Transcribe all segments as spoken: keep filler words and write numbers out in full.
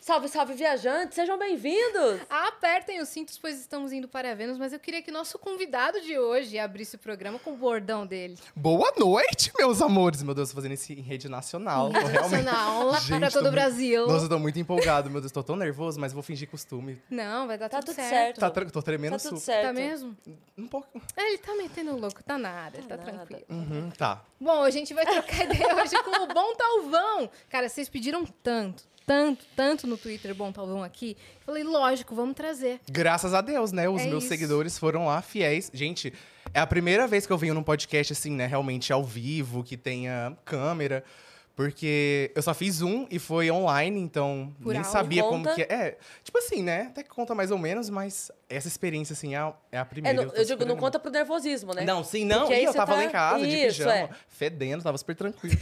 Salve, salve, viajantes! Sejam bem-vindos! Apertem os cintos, pois estamos indo para Vênus, mas eu queria que nosso convidado de hoje abrisse o programa com o bordão dele. Boa noite, meus amores! Meu Deus, tô fazendo isso em rede nacional. Em rede realmente... nacional, lá Gente, para todo o Brasil. Nossa, eu tô muito empolgado, meu Deus, tô tão nervoso, mas vou fingir costume. Não, vai dar Tá tudo, tudo certo. certo. Tá, tra- tô tremendo Tá tudo super. certo. Tá mesmo? Um pouco. É, ele tá metendo louco, tá nada, ele tá, Tá nada. tranquilo. Uhum, tá. Bom, a gente vai trocar ideia hoje com o Bom Talvão. Cara, vocês pediram tanto, tanto, tanto no Twitter, Bom Talvão aqui. Eu falei, lógico, vamos trazer. Graças a Deus, né? Os É meus isso. seguidores foram lá fiéis. Gente, é a primeira vez que eu venho num podcast, assim, né? Realmente ao vivo, que tenha câmera. Porque eu só fiz um e foi online, então Por nem áudio. sabia Conta. como que é. É, tipo assim, né? Até que conta mais ou menos, mas essa experiência, assim, é a, é a É, primeira. não, tô eu digo, super não animado. conta pro nervosismo, né? Não, sim, não. Porque aí Ih, eu você tava tá- lá em casa, de Isso, pijama, é. fedendo, tava super tranquilo.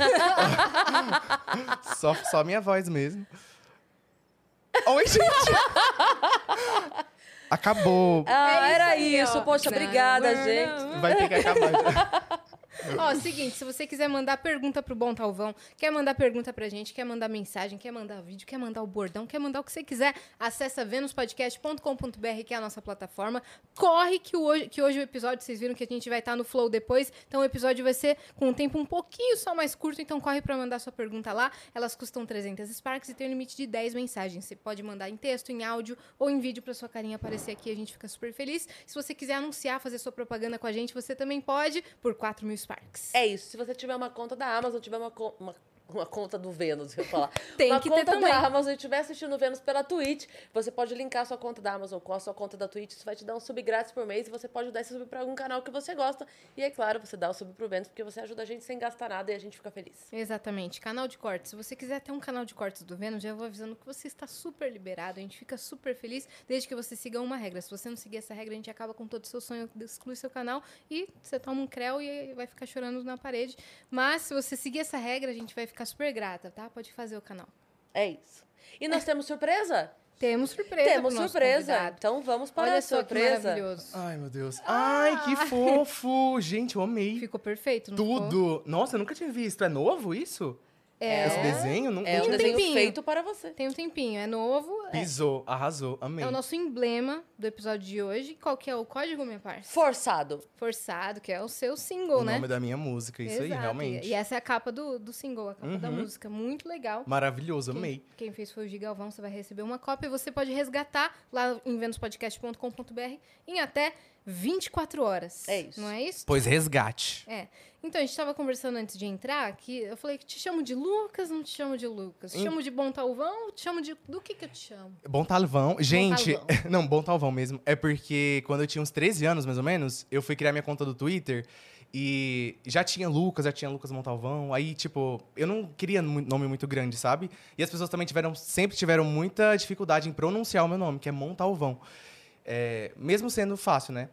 só, só minha voz mesmo. Oi, gente! Acabou. Ah, É isso era aí, isso. ó. Poxa, Não, obrigada, não, gente. não. Vai ter que acabar. Ó, seguinte, se você quiser mandar pergunta pro Bom Talvão, quer mandar pergunta pra gente, quer mandar mensagem, quer mandar vídeo, quer mandar o bordão, quer mandar o que você quiser, acessa venus podcast ponto com ponto b r, que é a nossa plataforma. Corre que, o hoje, que hoje o episódio, vocês viram que a gente vai estar no Flow depois, então o episódio vai ser com um tempo um pouquinho só mais curto, então corre pra mandar sua pergunta lá. Elas custam trezentas Sparks e tem um limite de dez mensagens. Você pode mandar em texto, em áudio ou em vídeo pra sua carinha aparecer aqui, a gente fica super feliz. Se você quiser anunciar, fazer sua propaganda com a gente, você também pode, por quatro mil Sparks. É isso. Se você tiver uma conta da Amazon, tiver uma, co- uma, uma conta do Vênus, eu ia falar. Tem uma que ter conta também. da Amazon e estiver assistindo o Vênus pela Twitch, você pode linkar a sua conta da Amazon com a sua conta da Twitch. Isso vai te dar um sub grátis por mês e você pode dar esse sub pra algum canal que você gosta. E é claro, você dá o sub pro Vênus porque você ajuda a gente sem gastar nada e a gente fica feliz. Exatamente. Canal de cortes. Se você quiser ter um canal de cortes do Vênus, já vou avisando que você está super liberado. A gente fica super feliz desde que você siga uma regra. Se você não seguir essa regra, a gente acaba com todo o seu sonho, exclui seu canal e você toma um creu e vai ficar chorando na parede. Mas se você seguir essa regra, a gente vai ficar super grata, tá? Pode fazer o canal. É isso. E nós temos surpresa? Temos surpresa. Temos pro nosso surpresa. convidado. Então vamos para Olha a só que surpresa. maravilhoso. Ai, meu Deus. Ai, que fofo! Gente, eu amei. Ficou perfeito, não ficou? Tudo. Nossa, eu nunca tinha visto. É novo isso? É. Esse desenho? Não, É não um tinha desenho tempinho. feito para você. Tem um tempinho. É novo. É, Pisou, arrasou, amei. é o nosso emblema do episódio de hoje. Qual que é o código, minha parça? Forçado. Forçado, que é o seu single, O né? nome da minha música, isso aí, Exato. realmente. E e essa é a capa do, do single, a capa da Uhum. música. Muito legal. Maravilhoso, Quem- amei. Quem fez foi o Gigalvão, você vai receber uma cópia e você pode resgatar lá em venus podcast ponto com ponto b r em até vinte e quatro horas. É isso. Não é isso? Pois resgate. É. Então, a gente tava conversando antes de entrar, que eu falei que te chamo de Lucas, não te chamo de Lucas. Te Hum. chamo de Bom Talvão, te chamo de... Do que que eu te chamo? Bom Talvão. Gente, Talvão. não, Bom Talvão mesmo. É porque quando eu tinha uns treze anos, mais ou menos, eu fui criar minha conta do Twitter e já tinha Lucas, já tinha Lucas Montalvão. Aí, tipo, eu não queria um nome muito grande, sabe? E as pessoas também tiveram, sempre tiveram muita dificuldade em pronunciar o meu nome, que é Montalvão. É, mesmo sendo fácil, né?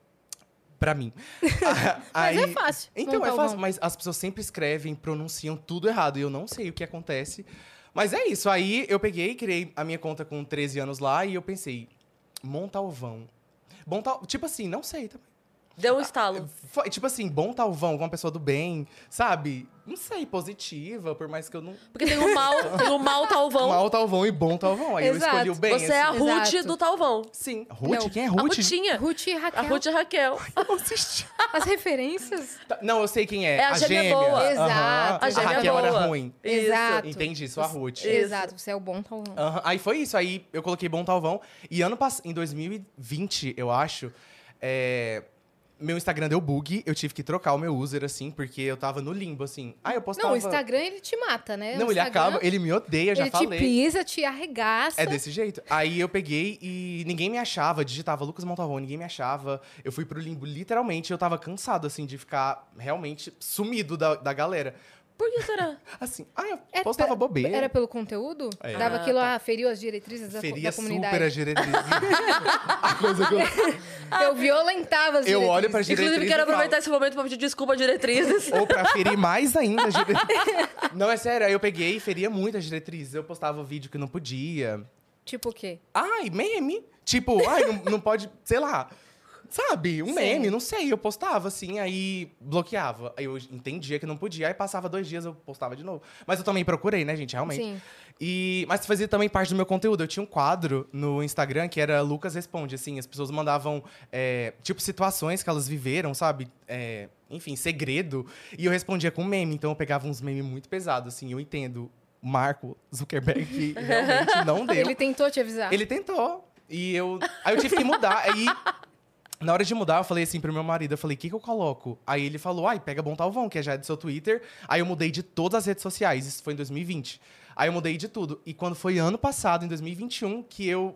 Pra mim. Mas Aí- é fácil. Então, é Montalvão. fácil, mas as pessoas sempre escrevem, pronunciam tudo errado. E eu não sei o que acontece. Mas é isso. Aí eu peguei, criei a minha conta com treze anos lá e eu pensei, Montalvão. Bom tal, tipo assim, não sei também. Deu um estalo. Foi, tipo assim, bom talvão, uma pessoa do bem, sabe? Não sei, positiva, por mais que eu não. Porque tem o mal, tem o mal talvão. Mal talvão e bom talvão. Aí Exato. eu escolhi o bem. Você é a assim. Ruth Exato. do talvão. Sim. Ruth? Não, Quem é A Ruth? Rutinha. Ruth e A Raquel. Ruth e a Raquel. Eu não assisti. As referências? Tá, não, eu sei quem é. É a gêmea boa. Exato. Aham. A gêmea Raquel era boa. ruim. Isso. Exato. Entendi, sou a Ruth. Exato, você é o Bom Talvão. Aham. Aí foi isso. Aí eu coloquei Bom Talvão. E ano passado, em dois mil e vinte, eu acho, é, meu Instagram deu bug. Eu tive que trocar o meu user, assim, porque eu tava no limbo, assim. Aí eu postava... Não, o Instagram, ele te mata, né? Não, O ele Instagram, acaba... Ele me odeia, já ele falei. te pisa, te arregaça. É desse jeito. Aí eu peguei e ninguém me achava. Digitava Lucas Montalvão, ninguém me achava. Eu fui pro limbo, literalmente. Eu tava cansado, assim, de ficar realmente sumido da, da galera. Por que será? Assim, ah, eu É postava pe- bobeira. Era pelo conteúdo? É. Dava Ah, aquilo, tá. ah, feriu as diretrizes da, Feria da comunidade. super as diretrizes. A coisa que eu... Eu violentava as Eu diretrizes. olho pra Inclusive, diretriz quero e falo- aproveitar esse momento pra pedir desculpa a diretrizes. Ou pra ferir mais ainda as diretrizes. Não, é sério. Aí eu peguei e feria muito as diretrizes. Eu postava vídeo que não podia. Tipo o quê? Ai, meme. Tipo, ai, não, não pode... Sei lá. Sabe? Um Sim. meme, não sei. Eu postava assim, aí bloqueava. Aí eu entendia que não podia, aí passava dois dias eu postava de novo. Mas eu também procurei, né, gente? Realmente. Sim. E, mas fazia também parte do meu conteúdo. Eu tinha um quadro no Instagram que era Lucas Responde, assim. As pessoas mandavam, é, tipo, situações que elas viveram, sabe? É, enfim, segredo. E eu respondia com meme. Então eu pegava uns memes muito pesados, assim. Eu entendo. Marco Zuckerberg realmente não deu. Ele tentou te avisar. Ele tentou. E eu... Aí eu tive que mudar. Aí... Na hora de mudar, eu falei assim pro meu marido, eu falei, o que, que eu coloco? Aí ele falou, ai, pega Bom Talvão, que já é do seu Twitter. Aí eu mudei de todas as redes sociais, isso foi em dois mil e vinte. Aí eu mudei de tudo. E quando foi ano passado, em dois mil e vinte e um, que eu,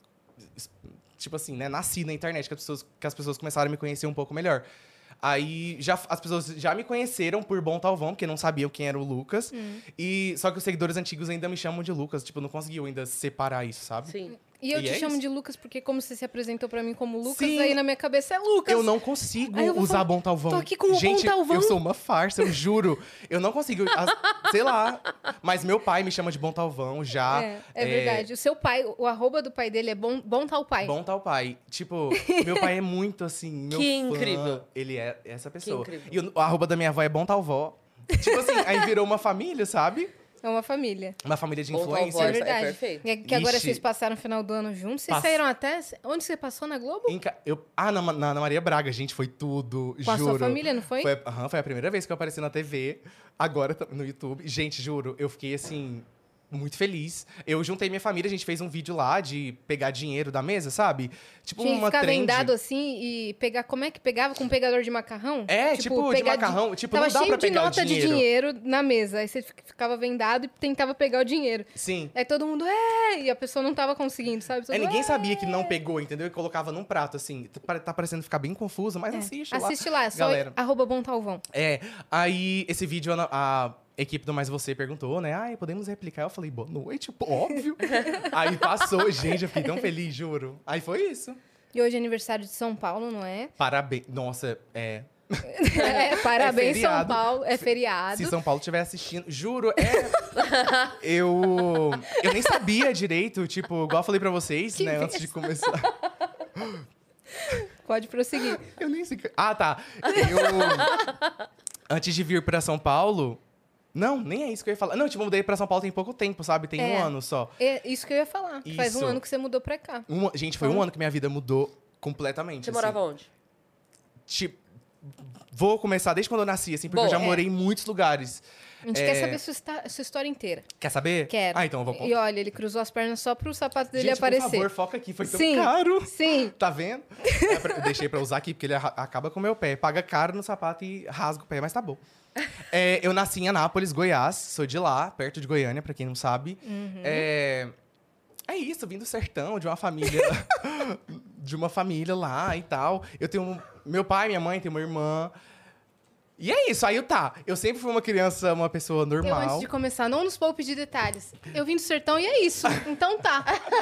tipo assim, né, nasci na internet, que as pessoas, que as pessoas começaram a me conhecer um pouco melhor. Aí já, as pessoas já me conheceram por Bom Talvão, porque não sabiam quem era o Lucas. Hum. E, só que os seguidores antigos ainda me chamam de Lucas. Tipo, não conseguiu ainda separar isso, sabe? Sim. E eu E te é chamo isso. de Lucas porque como você se apresentou pra mim como Lucas, Sim. aí na minha cabeça é Lucas. Eu não consigo Aí eu vou usar falar, Bom Talvão. tô aqui com o Bom Gente, Talvão. eu sou uma farsa, eu juro. Eu não consigo, as- sei lá. Mas meu pai me chama de Bom Talvão já. É, é verdade. O seu pai, o arroba do pai dele é bom, bom tal pai. Bom Tal Pai. Tipo, meu pai é muito assim, meu Que fã. incrível. Ele é essa pessoa. incrível. E o, o arroba da minha avó é Bom Talvó. Tipo assim, aí virou uma família, sabe? É uma família. Uma família de Bom Talvó, É influencers. é verdade. perfeito. E é que agora Ixi. vocês passaram o final do ano juntos. Vocês Pass- saíram até... Onde você passou? Na Globo? Em ca- eu, ah, na, na, na Maria Braga, gente, foi tudo, Com a juro. sua família, não foi? Foi, aham, foi a primeira vez que eu apareci na T V, agora tá no YouTube. Gente, juro, eu fiquei assim, muito feliz. Eu juntei minha família, a gente fez um vídeo lá de pegar dinheiro da mesa, sabe? Tipo Tinha que uma ficar trend. vendado assim e pegar... Como é que pegava? Com um pegador de macarrão? É, tipo, de pegar macarrão. Tipo, Tava não dá cheio pra de pegar o nota de dinheiro. dinheiro na mesa. Aí você fi- ficava vendado e tentava pegar o dinheiro. Sim. Aí todo mundo, é! E a pessoa não tava conseguindo, sabe? Todo É, ninguém mundo, sabia que não pegou, entendeu? E colocava num prato, assim. Tá tá parecendo ficar bem confuso, mas É. assiste lá. Assiste lá, é só galera. arroba bom talvão. É, aí esse vídeo a, a equipe do Mais Você perguntou, né? Ai, podemos replicar? Eu falei, boa noite, pô, óbvio. Aí passou, gente, eu fiquei tão feliz, juro. Aí foi isso. E hoje é aniversário de São Paulo, não é? Parabéns. Nossa, é. É, parabéns, São feriado. Paulo. É feriado. Se São Paulo estiver assistindo, juro, é. eu. Eu nem sabia direito, tipo, igual eu falei pra vocês, Que né, antes de começar. Pode prosseguir. Eu nem sei. Ah, tá. Eu. Antes de vir pra São Paulo. Não, nem é isso que eu ia falar. Não, tipo, eu mudei pra São Paulo tem pouco tempo, sabe? Tem É. um ano só. É isso que eu ia falar. que Faz um Isso. ano que você mudou pra cá. Um- gente, foi um Então- ano que minha vida mudou completamente. Você assim. morava onde? Tipo, vou começar desde quando eu nasci, assim, porque Bom, eu já é. morei em muitos lugares. A gente É. quer saber sua, hista- sua história inteira. Quer saber? Quero. Ah, então eu vou E contar. olha, ele cruzou as pernas só pro sapato dele Gente, aparecer. por favor, foca aqui. Foi tão Sim. caro. Sim. Tá vendo? É pra- eu deixei pra usar aqui, porque ele arra- acaba com o meu pé. Paga caro no sapato e rasga o pé, mas tá bom. É, eu nasci em Anápolis, Goiás. Sou de lá, perto de Goiânia, pra quem não sabe. Uhum. É... é isso, vim do sertão, de uma família... de uma família lá e tal. Eu tenho... um- meu pai, minha mãe, tem uma irmã... E é isso, aí tá. Eu sempre fui uma criança, uma pessoa Eu, normal. antes de começar, não nos poupe de detalhes. Eu vim do sertão e é isso. Então tá.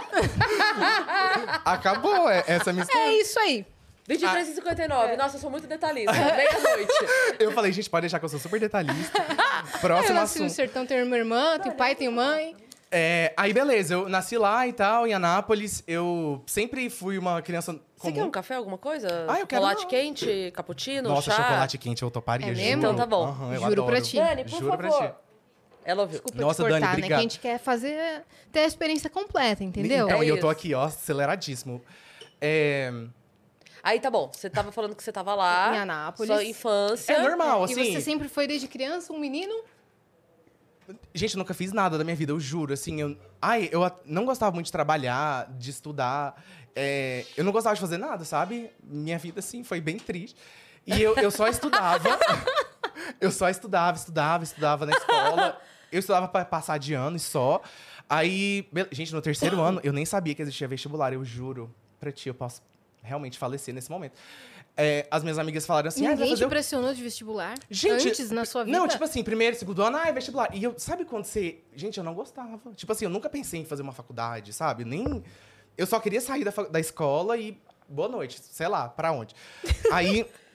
Acabou é, essa minha história. É isso aí. vinte e três e cinquenta e nove. Nossa, eu sou muito detalhista. Meia-noite. Eu falei, gente, pode deixar que eu sou super detalhista. Eu Próximo nasci no assunto. sertão, tenho uma irmã, tenho pai, tenho mãe. É, aí, beleza, eu nasci lá e tal, em Anápolis. Eu sempre fui uma criança Você comum. quer um café, alguma coisa? Ah, eu quero Chocolate não. quente, cappuccino, Nossa, chá? chocolate quente eu toparia, É juro. mesmo? Então tá bom. Aham, eu Juro adoro. pra ti. Dani, por Juro pra favor. ti. Ela ouviu. Desculpa Nossa, te Dani, cortar, né? Que obrigado. a gente quer fazer, ter a experiência completa, entendeu? Então, É e eu tô isso. aqui, ó, aceleradíssimo. É, Aí tá bom, você tava falando que você tava lá. Em Anápolis. Sua infância. é normal, E assim. você sempre foi desde criança um menino? Gente, eu nunca fiz nada da minha vida, eu juro. Assim, eu. Ai, eu a- não gostava muito de trabalhar, de estudar. É, eu não gostava de fazer nada, sabe? Minha vida, assim, foi bem triste. E eu, eu só estudava. eu só estudava, estudava, estudava na escola. Eu estudava pra passar de ano e só. Aí, be- gente, no terceiro ano, eu nem sabia que existia vestibular, eu juro. Pra ti, eu posso realmente falecer nesse momento. É, as minhas amigas falaram assim, ah, vai Ninguém fazer te o pressionou de vestibular? Gente, Antes na sua vida? Não, tipo assim, primeiro, segundo ano, ah, é vestibular. E eu, sabe quando você... Gente, eu não gostava. Tipo assim, eu nunca pensei em fazer uma faculdade, sabe? Nem... Eu só queria sair da, fa- da escola e... Boa noite, sei lá, pra onde. Aí,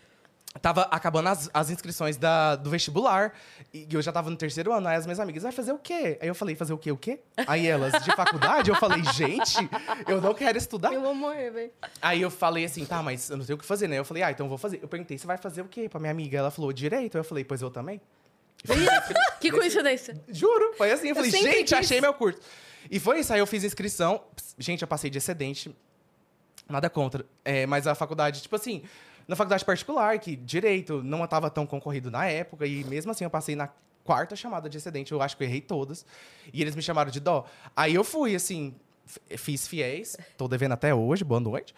tava acabando as, as inscrições da, do vestibular. E eu já tava no terceiro ano. Aí as minhas amigas, vai fazer o quê? Aí eu falei, fazer o quê, o quê? Aí elas, de faculdade, eu falei, gente, eu não quero estudar. Eu vou morrer, velho. Aí eu falei assim, tá, mas eu não tenho o que fazer, né? Eu falei, ah, então eu vou fazer. Eu perguntei, você vai fazer o quê pra minha amiga? Ela falou, direito. Eu falei, pois eu também. Que coincidência. Juro, foi assim. Eu, Eu falei, sempre gente, quis. achei meu curso. E foi isso, aí eu fiz inscrição. Gente, eu passei de excedente. Nada contra. É, mas a faculdade, tipo assim, na faculdade particular, que direito não estava tão concorrido na época, e mesmo assim eu passei na quarta chamada de excedente, eu acho que eu errei todas. E eles me chamaram de dó. Aí eu fui, assim, f- fiz fiéis, tô devendo até hoje, boa noite.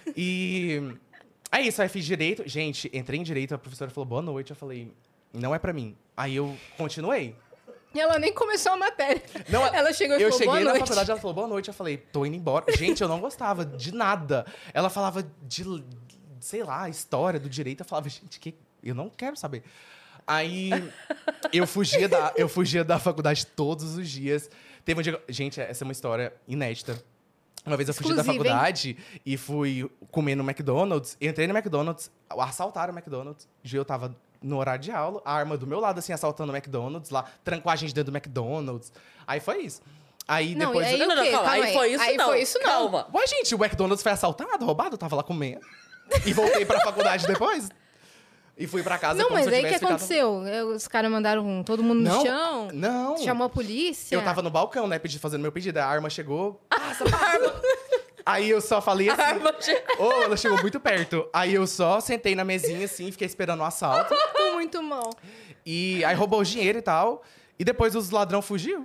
E é isso, aí fiz direito. Gente, entrei em direito, a professora falou boa noite, eu falei, não é pra mim. Aí eu continuei. E ela nem começou a matéria. Não, ela chegou e eu falou, cheguei boa na noite. faculdade, ela falou, boa noite. Eu falei, tô indo embora. Gente, eu não gostava de nada. Ela falava de, sei lá, história do direito. Eu falava, gente, que... eu não quero saber. Aí, eu fugia, da, eu fugia da faculdade todos os dias. Teve um dia... Gente, essa é uma história inédita. Uma vez eu fugi da Exclusiva, hein? faculdade e fui comer no McDonald's. Entrei no McDonald's, assaltaram o McDonald's. Eu tava no horário de aula, a arma do meu lado, assim, assaltando o McDonald's lá. Trancou a gente dentro do McDonald's. Aí foi isso. Aí Não, depois... e aí Não, não, o não, quê? calma. Calma Aí foi isso aí não. foi isso não. Calma. Ué, gente, o McDonald's foi assaltado, roubado? Eu tava lá comendo. E voltei pra faculdade depois. E fui pra casa Não, como mas se eu aí o que tivesse ficado- aconteceu? Eu- Os caras mandaram todo mundo no Não, chão? não. Chamou a polícia? Eu tava no balcão, né, pedi, fazendo meu pedido. A arma chegou. Passa, passa. Aí eu só falei assim. A arma chegou. Oh, ela chegou muito perto. Aí eu só sentei na mesinha assim, fiquei esperando o assalto. Tô muito mal. E aí roubou o dinheiro e tal. E depois os ladrão fugiu.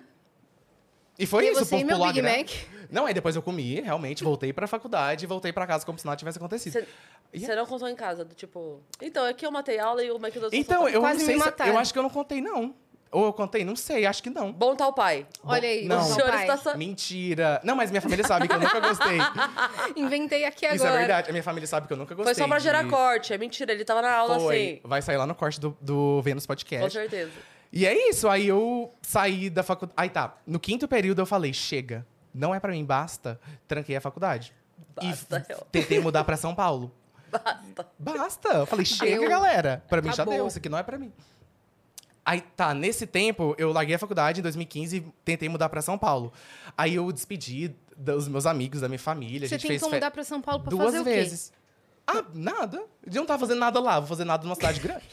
E foi E isso, você o e povo meu pulou a Big grana. Mac? Não, aí depois eu comi, realmente, voltei pra faculdade e voltei pra casa como se nada tivesse acontecido. Você E você não contou em casa, do tipo... Então, é que eu matei aula e o McDonald's... Então, eu Quase não me sei se... mataram. Eu acho que eu não contei, não. Ou eu contei, não sei, acho que não. Bom tal pai. Olha aí, não. o O seu senhor pai. está... sa- Mentira. Não, mas minha família sabe que eu nunca gostei. Inventei aqui agora. Isso é verdade. A minha família sabe que eu nunca gostei. Foi só pra de- gerar corte. É mentira, ele tava na aula Foi. assim. Vai sair lá no corte do, do Vênus Com Podcast. certeza. E é isso. Aí eu saí da faculdade. Aí tá. No quinto período eu falei, chega. Não é pra mim, basta. Tranquei a faculdade. Basta, E eu. f- tentei mudar pra São Paulo. Basta. Basta. Eu falei, chega, Deu. galera. Pra mim já Acabou. deu. Isso aqui não é pra mim. Aí tá, nesse tempo, eu larguei a faculdade em dois mil e quinze e tentei mudar pra São Paulo. Aí eu despedi dos meus amigos, da minha família. Você a gente fez tentou fe- mudar pra São Paulo pra duas fazer o quê? vezes. Ah, nada. Eu não tava fazendo nada lá, vou fazer nada numa cidade grande.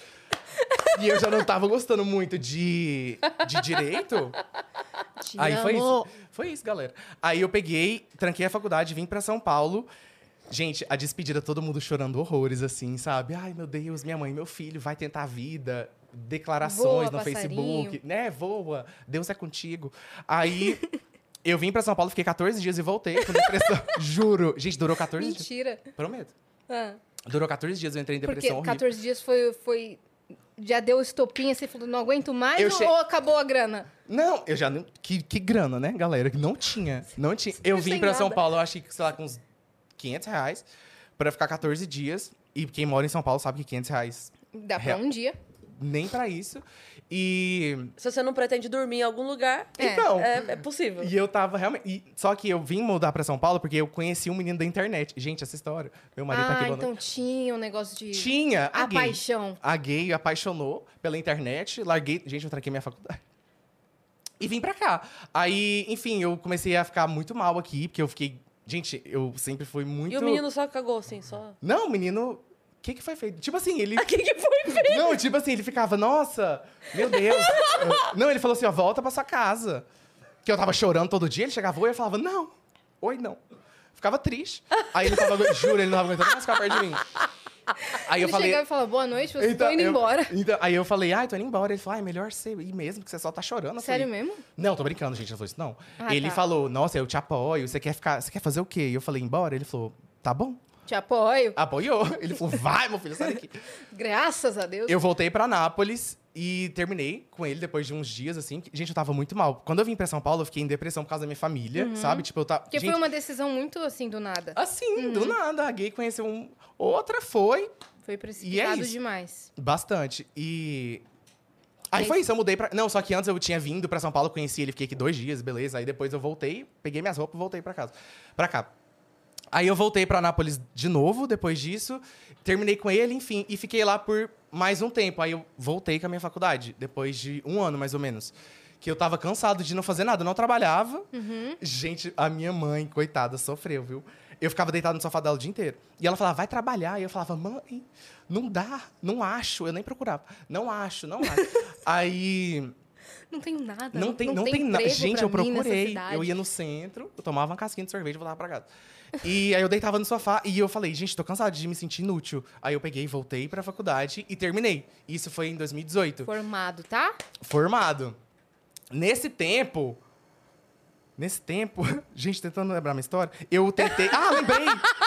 E eu já não tava gostando muito de, de direito. Te Aí foi amo. isso. Foi isso, galera. Aí eu peguei, tranquei a faculdade, vim pra São Paulo. Gente, a despedida, todo mundo chorando horrores, assim, sabe? Ai, meu Deus, minha mãe, meu filho, vai tentar a vida. Declarações Voa, no passarinho. Facebook. Né, voa. Deus é contigo. Aí eu vim pra São Paulo, fiquei quatorze dias e voltei com depressão. Juro. Gente, durou quatorze dias. Mentira. Prometo. Ah, Durou quatorze dias, eu entrei em porque depressão horrível. quatorze dias foi, foi... Já deu estopinha, você falou, não aguento mais Eu ou, che- ou acabou a grana? Não, eu já não. Que, que grana, né, galera? Que não tinha. Não tinha. Eu vim sem pra São nada. Paulo, eu acho que, sei lá, com uns quinhentos reais pra ficar quatorze dias. E quem mora em São Paulo sabe que quinhentos reais Dá pra Real. um dia. nem pra isso. E. Se você não pretende dormir em algum lugar, É. Então. é, é possível. E eu tava realmente. e- só que eu vim mudar pra São Paulo porque eu conheci um menino da internet. Gente, essa história. Meu marido tá Ah, aqui. boa então noite. tinha um negócio de... Tinha a, A gay. paixão. A gay apaixonou pela internet, larguei. Gente, eu tranquei minha faculdade. E vim pra cá. Aí, enfim, eu comecei a ficar muito mal aqui, porque eu fiquei. Gente, eu sempre fui muito. E o menino só cagou, assim, só... Não, o menino. O que, que foi feito? Tipo assim, ele. O que, que foi feito? Não, tipo assim, ele ficava, nossa, meu Deus. Eu- Não, ele falou assim, ó, volta pra sua casa. Que eu tava chorando todo dia, ele chegava, oi, eu falava, não, oi, não. Ficava triste. Aí ele tava, juro, ele não tava aguentando mais ficar perto de mim. Aí eu Ele falei. chegava e falava, boa noite, você então, tá indo eu- embora. então, aí eu falei, ai, tô indo embora. Ele falou, ai, melhor você ir mesmo, que você só tá chorando. Eu Sério falei, mesmo? não, tô brincando, gente, não falou isso, não. Ah, ele tá. falou, nossa, eu te apoio, você quer ficar, você quer fazer o quê? E eu falei, embora? Ele falou, tá bom. Te apoio. Apoiou. Ele falou, vai, meu filho, sai daqui. Graças a Deus. Eu voltei pra Nápoles e terminei com ele depois de uns dias, assim. que- Gente, eu tava muito mal. Quando eu vim pra São Paulo, eu fiquei em depressão por causa da minha família, sabe? Tipo, eu tava. Porque gente, foi uma decisão muito assim, do nada. assim, do nada. A gay conheceu um. Outra foi. Foi precipitado isso. demais. Bastante. E. Aí Mas- foi isso, eu mudei pra. Não, só que antes eu tinha vindo pra São Paulo, conheci ele, fiquei aqui dois dias, beleza. Aí depois eu voltei, peguei minhas roupas e voltei pra casa. Pra cá. Aí eu voltei pra Anápolis de novo, depois disso. Terminei com ele, enfim. E fiquei lá por mais um tempo. Aí eu voltei com a minha faculdade, depois de um ano, mais ou menos. Que eu tava cansado de não fazer nada. Eu não trabalhava. Uhum. Gente, a minha mãe, coitada, sofreu, viu? Eu ficava deitado no sofá dela o dia inteiro. E ela falava, vai trabalhar. E eu falava, mãe, não dá, não acho. Eu nem procurava. Não acho, não acho. Aí... Não tenho nada. Não tem, não tem nada. Gente, eu pra mim nessa procurei. cidade. Eu ia no centro, eu tomava uma casquinha de sorvete e voltava pra casa. E aí eu deitava no sofá e eu falei, gente, tô cansado de me sentir inútil. Aí eu peguei, voltei pra faculdade e terminei. Isso foi em dois mil e dezoito. Formado, tá? Formado. Nesse tempo... Nesse tempo... Gente, tentando lembrar minha história. Eu tentei... Ah, lembrei!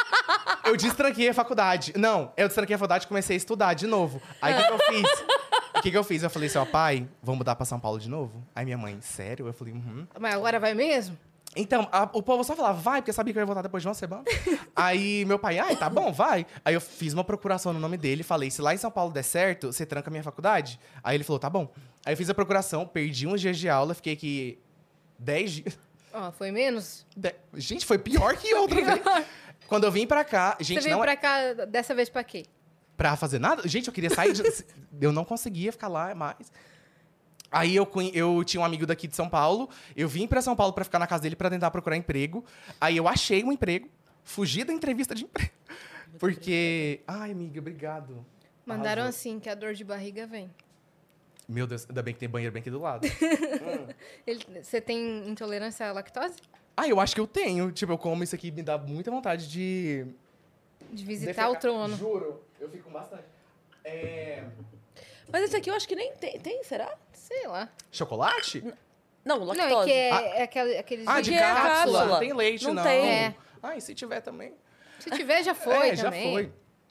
Eu destranquei a faculdade. Não, eu destranquei a faculdade e comecei a estudar de novo. Aí o que, que eu fiz? O que, que eu fiz? Eu falei assim, ó, pai, vamos mudar pra São Paulo de novo? Aí minha mãe, sério? Eu falei, uhum. Mas agora vai mesmo? Então, a- o povo só falava, vai, porque sabia que eu ia voltar depois de uma semana. Aí meu pai, ai, tá bom, vai. Aí eu fiz uma procuração no nome dele, falei, se lá em São Paulo der certo, você tranca a minha faculdade? Aí ele falou, tá bom. Aí eu fiz a procuração, perdi uns dias de aula, fiquei aqui dez dias. Ó, foi menos? de- Gente, foi pior que outra vez. Quando eu vim pra cá, gente, Você veio não é pra cá dessa vez pra quê? pra fazer nada. Gente, eu queria sair, de... eu não conseguia ficar lá mais. Aí eu, conhe- eu tinha um amigo daqui de São Paulo, eu vim pra São Paulo pra ficar na casa dele pra tentar procurar emprego. Aí eu achei um emprego, fugi da entrevista de emprego. Porque... Ai, amiga, obrigado. Mandaram Arrasou. assim, que a dor de barriga vem. Meu Deus, ainda bem que tem banheiro bem aqui do lado. Ele- Você tem intolerância à lactose? Ah, eu acho que eu tenho. Tipo, eu como isso aqui, me dá muita vontade de... De visitar defecar. o trono. Juro, eu fico bastante. É... Mas esse aqui eu acho que nem tem, tem será? Sei lá. Chocolate? Não, Não, lactose. é que é, Ah. é aquele, aqueles... Ah, de Porque é cápsula. cápsula. Não tem leite, não. Não tem. É. Ai, se tiver também. Se tiver, já foi é, também. já foi.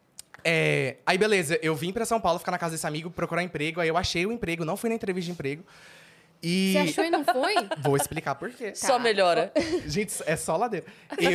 É, aí, beleza, eu vim pra São Paulo ficar na casa desse amigo, procurar emprego. Aí eu achei o emprego, não fui na entrevista de emprego. E... Você achou e não foi? Vou explicar por quê. Só melhora. Gente, é só ladeira.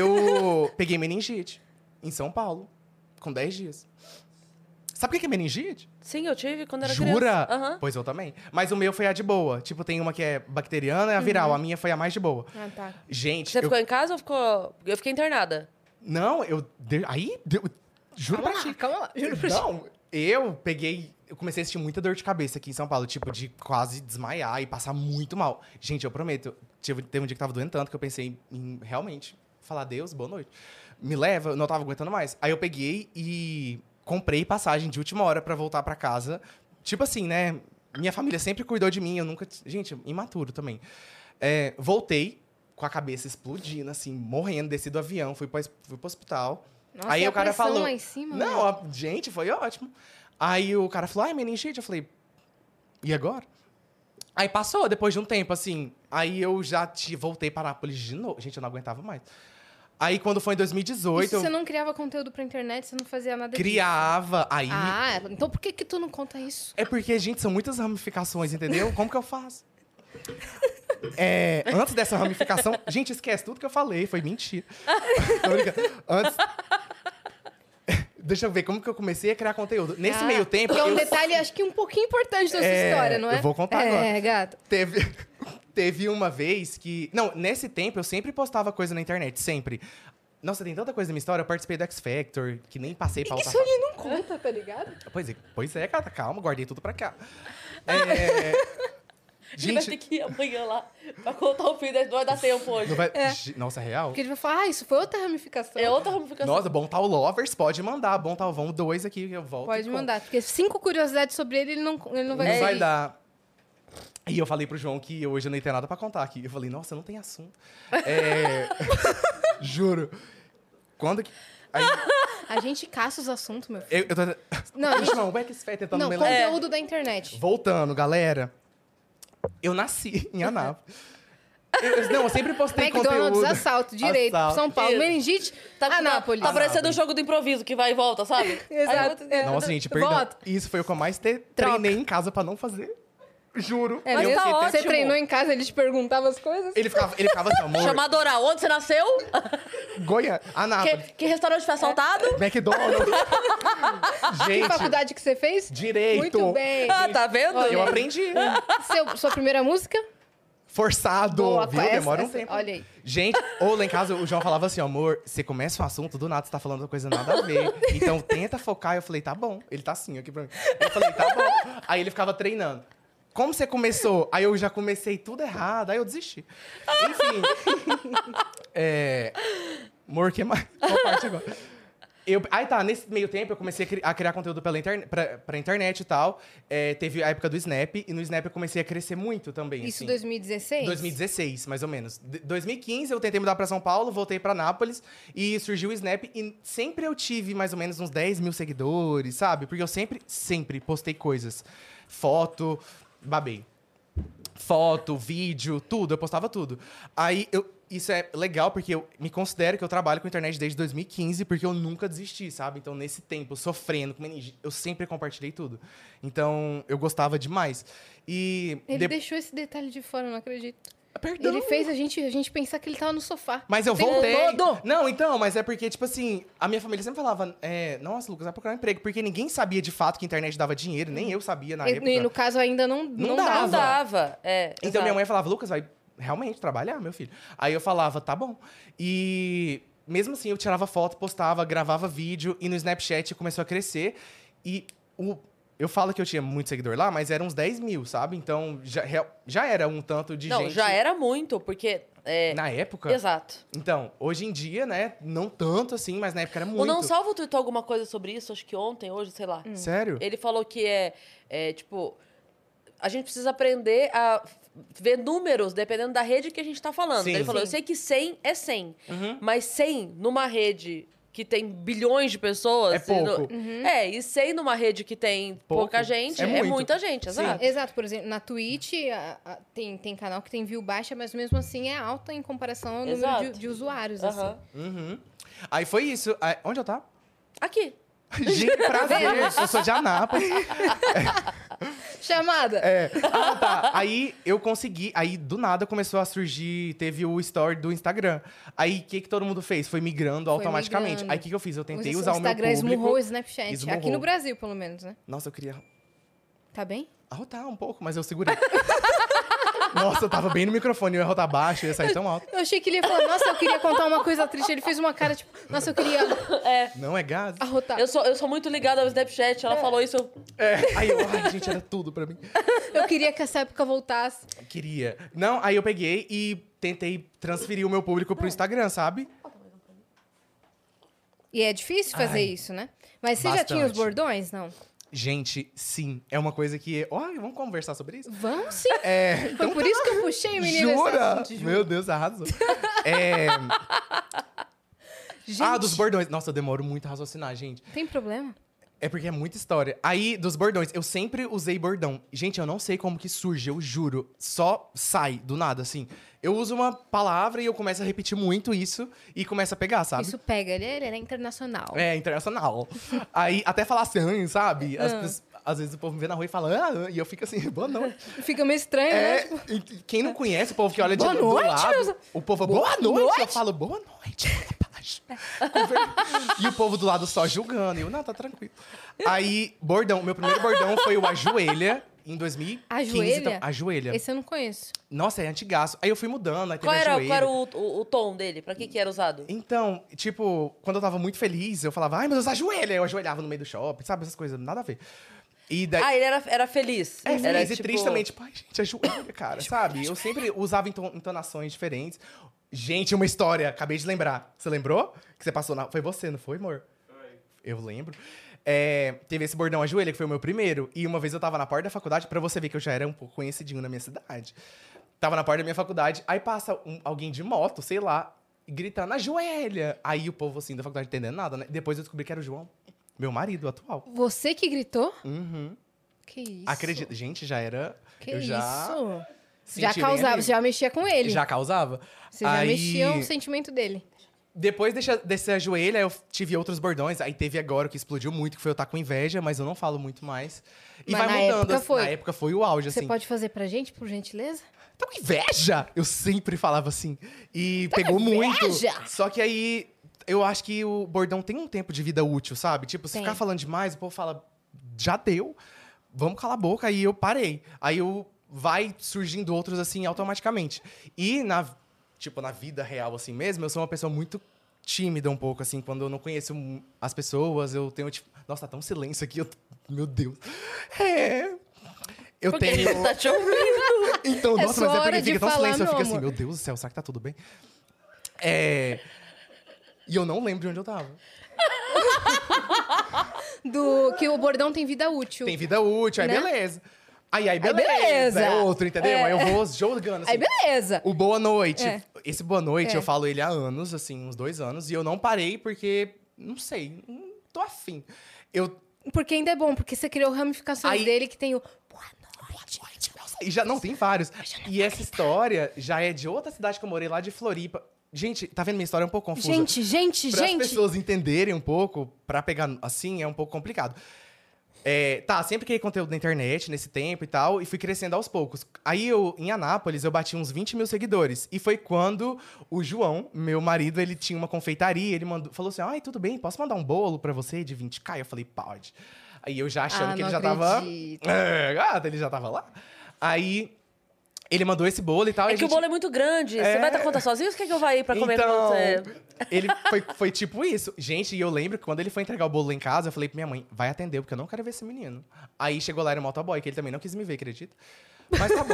Eu peguei meningite em São Paulo, com dez dias. Sabe o que é meningite? Sim, eu tive quando era Jura? criança. Aham. Pois eu também. Mas o meu foi a de boa. Tipo, tem uma que é bacteriana e a viral. A minha foi a mais de boa. Ah, tá. Gente, Você eu... ficou em casa ou ficou... Eu fiquei internada. Não, eu... de- Aí, deu... juro Calma pra lá, ti. calma lá. Juro pra ti. Não, eu peguei... Eu comecei a sentir muita dor de cabeça aqui em São Paulo. Tipo, de quase desmaiar e passar muito mal. Gente, eu prometo. Tive, teve um dia que tava doendo tanto que eu pensei em realmente falar, Deus, boa noite. Me leva, eu não tava aguentando mais. Aí eu peguei e comprei passagem de última hora pra voltar pra casa. Tipo assim, né? Minha família sempre cuidou de mim. Eu nunca... Gente, imaturo também. É, voltei com a cabeça explodindo, assim, morrendo. Desci do avião, fui, pra, fui pro hospital. Nossa, Aí e a o cara pressão falou... lá em cima, não, né? a- gente, foi ótimo. Aí o cara falou, ai, meningite. Eu falei, e agora? Aí passou, depois de um tempo, assim. Aí eu já te, voltei para Anápolis de novo. Gente, eu não aguentava mais. Aí quando foi em dois mil e E dezoito, se eu você não criava conteúdo pra internet, você não fazia nada disso? criava. Aí... Ah, então por que que tu não conta isso? É porque, gente, são muitas ramificações, entendeu? Como que eu faço? É, antes dessa ramificação... Gente, esquece tudo que eu falei. Foi mentira. Tô brincando. Antes... Deixa eu ver como que eu comecei a criar conteúdo. Nesse Ah, meio tempo... Que é um eu... detalhe, acho que um pouquinho importante da sua É, história, não é? eu vou contar é, agora. É, gato. Teve, teve uma vez que... Não, nesse tempo eu sempre postava coisa na internet, sempre. Nossa, tem tanta coisa na minha história. Eu participei do X Factor, que nem passei pra outra Isso ele não conta, tá ligado? fa- Pois é, pois é, cara, calma, guardei tudo pra cá. É... Ele vai ter Gente, que ir amanhã lá pra contar o fim. Não vai dar tempo hoje. não vai... Gi- Nossa, é real? Porque ele vai falar, ah, isso foi outra ramificação. É outra ramificação. Nossa, Bom Tal Lovers, pode mandar. Bom Tal Vão dois aqui, que eu volto. Pode e conto. mandar, porque cinco curiosidades sobre ele, ele não, ele não vai Não vai conseguir. dar. E eu falei pro João que hoje eu não tenho nada pra contar aqui. Eu falei, nossa, não tem assunto. É... Juro. Quando que... Aí, A gente caça os assuntos, meu filho. eu, eu tô... Não, a gente- João, o Backsfat tentando Não, me lembrar. conteúdo da internet. Voltando, galera. Eu nasci em Anápolis. Eu- eu- não, eu sempre postei McDonald's, conteúdo. assalto, direito, Assalto. São Paulo, Isso. meningite, Tá, Anápolis. Tá parecendo um Anápolis. jogo do improviso que vai e volta, sabe? Exato. Aí, É. Nossa, gente, perdão. Voto. Isso foi o que eu mais te... Troca. treinei em casa pra não fazer. Juro. É Mas mesmo? tá Você ótimo. treinou em casa, ele te perguntava as coisas? Ele ficava, ele ficava assim, amor, Chamado oral. Onde você nasceu? Goiânia, Que, Anápolis, que restaurante foi assaltado? McDonald's. Que Gente, faculdade que você fez? direito. Muito bem. Ah, tá vendo? Olha, Eu aprendi. Seu, sua primeira música? Forçado, Boa, viu? essa- Demora um essa- tempo. Olha aí. Gente, ou lá em casa o João falava assim, amor, você começa um assunto, do nada você tá falando uma coisa nada a ver. Então tenta focar. Eu falei, tá bom. Ele tá assim aqui pra mim. Eu falei, tá bom. Aí ele ficava treinando. Como você começou? Aí eu já comecei tudo errado, aí eu desisti. Enfim. é... Amor, que mais? Qual parte agora? Eu, aí tá, nesse meio tempo eu comecei a, cri- a criar conteúdo pela interne pra, pra internet e tal. É, teve a época do Snap, e no Snap eu comecei a crescer muito também. Isso assim. dois mil e dezesseis? dois mil e dezesseis, mais ou menos. De- dois mil e quinze eu tentei mudar pra São Paulo, voltei pra Nápoles e surgiu o Snap. E sempre eu tive mais ou menos uns dez mil seguidores, sabe? Porque eu sempre, sempre postei coisas. Foto, babei. Foto, vídeo, tudo, eu postava tudo. Aí eu. Isso é legal, porque eu me considero que eu trabalho com internet desde dois mil e quinze, porque eu nunca desisti, sabe? Então, nesse tempo, sofrendo, com meningite, eu sempre compartilhei tudo. Então, eu gostava demais. E... Ele de- deixou esse detalhe de fora, eu não acredito. Perdão. Ele fez a gente, a gente pensar que ele tava no sofá. Mas eu O tempo voltei. todo. Não, então, mas é porque, tipo assim, a minha família sempre falava, é, nossa, Lucas, vai procurar um emprego. Porque ninguém sabia de fato que a internet dava dinheiro, nem eu sabia na E, época. e no caso ainda não, não, Não dava. dava. Não dava. É, Então exato. minha mãe falava, Lucas, vai realmente trabalhar, meu filho. Aí eu falava, tá bom. E mesmo assim eu tirava foto, postava, gravava vídeo e no Snapchat começou a crescer. E o, eu falo que eu tinha muito seguidor lá, mas eram uns dez mil, sabe? Então já, real- já era um tanto de Não, gente. já era muito, porque... É, Na época? exato. Então, hoje em dia, né, não tanto assim, mas na época era muito. O Não Salvo tweetou alguma coisa sobre isso, acho que ontem, hoje, sei lá. Sério? Ele falou que é, é, tipo... A gente precisa aprender a ver números dependendo da rede que a gente tá falando. Sim. Ele falou, Sim. eu sei que cem é cem, Uhum. mas cem numa rede que tem bilhões de pessoas... É e pouco. no- É, e cem numa rede que tem Pouco. pouca gente, É é, muito. muita gente, Sim. exato. Exato, por exemplo, na Twitch a- a- tem, tem canal que tem view baixa, mas mesmo assim é alta em comparação ao número Exato. de, de usuários. Aham. Assim. Uhum. Aí foi isso. Aí- onde eu tava? Aqui. Gente, prazer. Eu sou de Anápolis. Chamada! É. Ah, tá. Aí eu consegui. Aí do nada começou a surgir. Teve o story do Instagram. Aí o que, que todo mundo fez? Foi migrando Foi automaticamente. migrando. Aí o que, que eu fiz? Eu tentei o usar o meu Instagram público. esmurrou o Snapchat. Esmurrou. Aqui no Brasil, pelo menos, né? Nossa, eu queria Tá bem? arrotar um pouco, mas eu segurei. Nossa, eu tava bem no microfone. Eu ia arrotar baixo, eu ia sair tão alto. Eu achei que ele ia falar, nossa, eu queria contar uma coisa triste. Ele fez uma cara, tipo, nossa, eu queria Não é gás? arrotar. Eu sou, eu sou muito ligada ao Snapchat, ela falou isso, eu... É. Aí eu, ai, gente, era tudo pra mim. Eu queria que essa época voltasse. Queria. Não, aí eu peguei e tentei transferir o meu público pro Instagram, sabe? E é difícil fazer Ai. isso, né? Mas você já tinha os Bastante. bordões? Não. Gente, sim. É uma coisa que... Olha, vamos conversar sobre isso? Vamos sim. É... Foi por isso que eu puxei, menina, esse Jura? assunto, juro. Meu Deus, arrasou. É... Gente, Ah, dos bordões. Nossa, eu demoro muito a raciocinar, gente. tem problema? É porque é muita história. Aí, dos bordões, eu sempre usei bordão. Gente, eu não sei como que surge, eu juro. Só sai do nada, assim. Eu uso uma palavra e eu começo a repetir muito isso e começa a pegar, sabe? Isso pega, ele é, ele é internacional. É, internacional. Aí, até falar assim, sabe? As Ah. pessoas- às vezes o povo me vê na rua e fala, ah, e eu fico assim, boa noite. Fica meio estranho, né? É, Tipo, e quem não conhece, o povo que olha de Boa do noite, lado, meus- o povo, boa, Boa noite. Eu noite. falo, boa noite, olha baixo. E o povo do lado só julgando. E eu, não, tá tranquilo. Aí, bordão, meu primeiro bordão foi o ajoelha, em dois mil e quinze. Ajoelha? Então, ajoelha. esse eu não conheço. Nossa, é antigaço. Aí eu fui mudando, aí teve Qual era, ajoelha. qual era o, o, o tom dele? Pra que que era usado? Então, tipo, quando eu tava muito feliz, eu falava, ai, meu Deus, ajoelha. Eu ajoelhava no meio do shopping, sabe? Essas coisas, nada a ver. E daí... Ah, ele era, era feliz. É, era, feliz e triste também, tipo, ai, gente, ajoelha, cara, sabe? Eu sempre usava enton- entonações diferentes. Gente, uma história, acabei de lembrar. Você lembrou? Que você passou na... Foi você, não foi, amor? Foi. Eu lembro. É, teve esse bordão ajoelha, que foi o meu primeiro. E uma vez eu tava na porta da faculdade, pra você ver que eu já era um pouco conhecidinho na minha cidade. Tava na porta da minha faculdade, aí passa um- alguém de moto, sei lá, gritando, ajoelha. Aí o povo, assim, da faculdade não entendendo nada, né? Depois eu descobri que era o João, meu marido atual. Você que gritou? Uhum. Que isso? Acredita. Gente, já era... Que eu já... isso? senti Já bem causava, ali. você já mexia com ele. Já causava. Você já Aí, mexia o sentimento dele. Depois desse, desse ajoelha, eu tive outros bordões. Aí teve agora o que explodiu muito, que foi eu estar com inveja, mas eu não falo muito mais. E Mas vai na mudando. época assim, foi. Na época foi o auge, Você assim. pode fazer pra gente, por gentileza? Tá com inveja? Eu sempre falava assim. E pegou inveja? muito. Só que aí, eu acho que o bordão tem um tempo de vida útil, sabe? Tipo, se Tem. ficar falando demais, o povo fala, já deu, vamos calar a boca. Aí eu parei. Aí eu vai surgindo outros, assim, automaticamente. E, na, tipo, na vida real, assim mesmo, eu sou uma pessoa muito tímida um pouco, assim. Quando eu não conheço as pessoas, eu tenho, tipo... Nossa, tá tão silêncio aqui. Eu... Meu Deus. É... Eu Porque tenho... ele tá te ouvindo. Então, É nossa, sua mas é hora porque de fica tão falar, silêncio. Eu meu fico assim, amor. meu Deus do céu, será que tá tudo bem? É... E eu não lembro de onde eu tava. Do, que o bordão tem vida útil. Tem vida útil, aí Né? beleza. Aí, aí Aí beleza. beleza. É outro, entendeu? É. Aí eu vou jogando, assim. Aí beleza. O Boa Noite. É. Esse Boa Noite, É. eu falo ele há anos, assim, uns dois anos. E eu não parei porque, não sei, não tô afim. Eu... Porque ainda é bom, porque você criou ramificações Aí- dele que tem o boa noite. E já, não, tem vários. E essa história já é de outra cidade que eu morei, lá de Floripa. Gente, tá vendo? Minha história é um pouco confusa. Gente, gente, Para as gente. pessoas entenderem um pouco, pra pegar assim, é um pouco complicado. É, tá, sempre criei conteúdo na internet nesse tempo e tal, e fui crescendo aos poucos. Aí, eu, em Anápolis, eu bati uns vinte mil seguidores. E foi quando o João, meu marido, ele tinha uma confeitaria, ele mandou, falou assim, ai, tudo bem, posso mandar um bolo pra você de vinte k? Eu falei, pode. Aí eu já achando Ah, que ele não já acredito. tava... É, gata, ele já tava lá. Aí, ele mandou esse bolo e tal. e É a que o gente- bolo é muito grande. Você É. vai dar conta sozinho ou você quer que eu vá aí pra comer com Então, você? ele foi, foi tipo isso. Gente, e eu lembro que quando ele foi entregar o bolo lá em casa, eu falei pra minha mãe, vai atender, porque eu não quero ver esse menino. Aí chegou lá, era o motoboy, que ele também não quis me ver, acredita? Mas tá bom.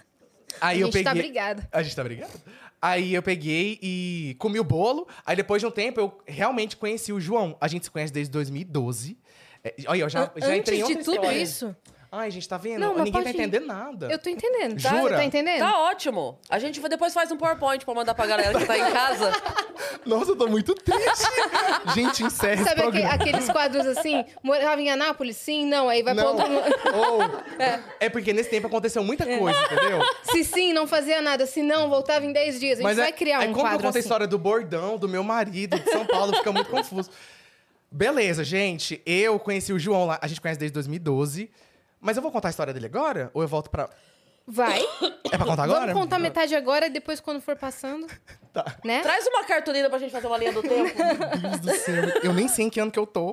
Aí A eu gente peguei... tá brigada. A gente tá brigado? Aí eu peguei e comi o bolo. Aí depois de um tempo, eu realmente conheci o João. A gente se conhece desde dois mil e doze. É, olha, eu já, já Antes entrei em de outra tudo história. isso, Ai, gente, tá vendo? Não, mas Ninguém tá pode ir. entendendo nada. eu tô entendendo, tá? Jura? Tá entendendo? Tá ótimo. A gente depois faz um PowerPoint pra mandar pra galera que tá em casa. Nossa, eu tô muito triste. Gente, encerra esse Sabe aque- programa. aqueles quadros assim? Morava em Anápolis? Sim, não. Aí vai Não. pra outro... Ou- é. porque nesse tempo aconteceu muita coisa, entendeu? Se sim, não fazia nada. Se não, voltava em dez dias. A gente Mas vai é, criar é um como eu quadro conto a assim. história do bordão, do meu marido, de São Paulo, fica muito confuso. Beleza, gente. Eu conheci o João lá. A gente conhece desde dois mil e doze. Mas eu vou contar a história dele agora? Ou eu volto pra... Vai. É pra contar agora? Vamos contar metade agora e depois quando for passando. Tá. Né? Traz uma cartolina pra gente fazer uma linha do tempo. Meu Deus do céu. Eu nem sei em que ano que eu tô.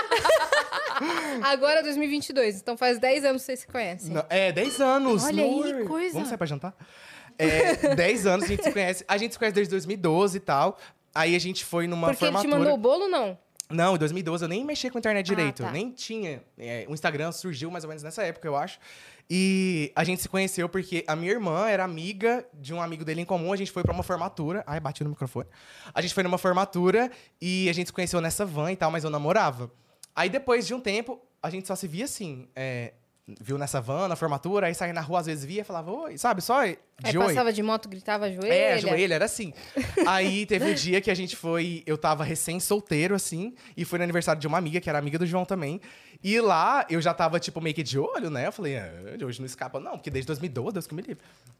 Agora é dois mil e vinte e dois. Então faz dez anos que vocês se conhecem. Não, é, dez anos. Olha aí, amor. que coisa. Vamos sair pra jantar? É, dez anos a gente se conhece. A gente se conhece desde dois mil e doze e tal. Aí a gente foi numa Porque ele te formatura... mandou o bolo, não? Não, em dois mil e doze eu nem mexia com a internet Ah, direito. tá. Nem tinha. É, o Instagram surgiu mais ou menos nessa época, eu acho. E a gente se conheceu porque a minha irmã era amiga de um amigo dele em comum. A gente foi pra uma formatura. Ai, bati no microfone. A gente foi numa formatura e a gente se conheceu nessa van e tal, mas eu namorava. Aí depois de um tempo, a gente só se via assim. É, viu nessa van, na formatura, aí saía na rua, às vezes via e falava, oi, sabe, só de Aí oi. passava de moto, gritava joelho. É, joelho, era assim. Aí teve um dia que a gente foi. Eu tava recém-solteiro, assim, e foi no aniversário de uma amiga, que era amiga do João também. E lá eu já tava, tipo, meio que de olho, né? Eu falei, ah, de hoje não escapa, não, porque desde dois mil e doze, Deus que me livre.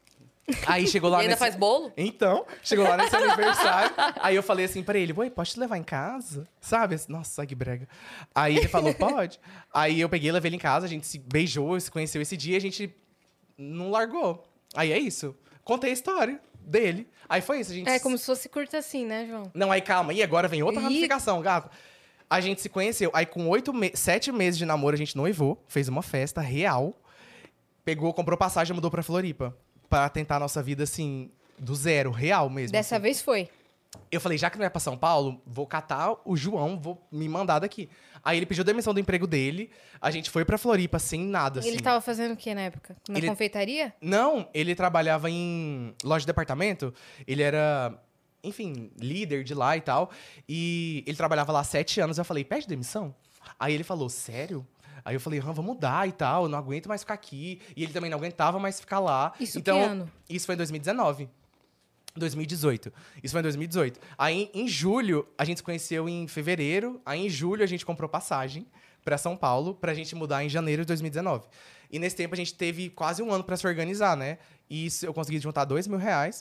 Aí chegou lá E ainda nesse... faz bolo? Então, chegou lá nesse aniversário. Aí eu falei assim pra ele, oi, posso te levar em casa? Sabe? Nossa, que brega. Aí ele falou, pode. Aí eu peguei, levei ele em casa, a gente se beijou, se conheceu esse dia, a gente não largou. Aí é isso. Contei a história dele. Aí foi isso, a gente... É como se fosse curta assim, né, João? Não, aí calma. E agora vem outra Ih. ramificação, gato. A gente se conheceu. Aí com oito me... sete meses de namoro, a gente noivou. Fez uma festa real. Pegou, comprou passagem e mudou pra Floripa. Pra tentar a nossa vida, assim, do zero. Real mesmo. Dessa assim. vez foi. Eu falei, já que não é pra São Paulo, vou catar o João, vou me mandar daqui. Aí ele pediu demissão do emprego dele. A gente foi pra Floripa sem nada, assim. Ele tava fazendo o que na época? Na Ele- confeitaria? Não, ele trabalhava em loja de departamento. Ele era, enfim, líder de lá e tal. E ele trabalhava lá há sete anos. Eu falei, pede demissão? Aí ele falou, sério? Aí eu falei, ah, vamos mudar e tal. Eu não aguento mais ficar aqui. E ele também não aguentava mais ficar lá. Isso então, que ano? Isso foi em dois mil e dezenove. dois mil e dezoito. Isso foi em dois mil e dezoito. Aí, em julho, a gente se conheceu em fevereiro. Aí, em julho, a gente comprou passagem pra São Paulo pra gente mudar em janeiro de dois mil e dezenove. E nesse tempo, a gente teve quase um ano pra se organizar, né? E isso, eu consegui juntar dois mil reais.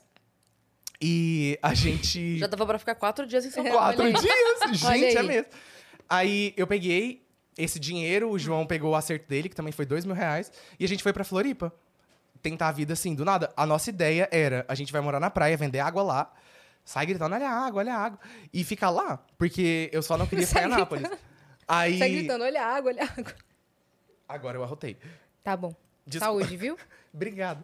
E a gente... Já dava pra ficar quatro dias em São Paulo. Quatro Olha aí. dias! Olha Gente, é aí. mesmo. Aí, eu peguei esse dinheiro, o João pegou o acerto dele, que também foi dois mil reais. E a gente foi pra Floripa. Tentar a vida assim, do nada. A nossa ideia era, a gente vai morar na praia, vender água lá, sai gritando, olha a água, olha a água, e ficar lá, porque eu só não queria ficar em Sai Anápolis. Aí... Sai gritando, olha a água, olha a água. Agora eu arrotei. Tá bom. Desculpa. Saúde, viu? Obrigado.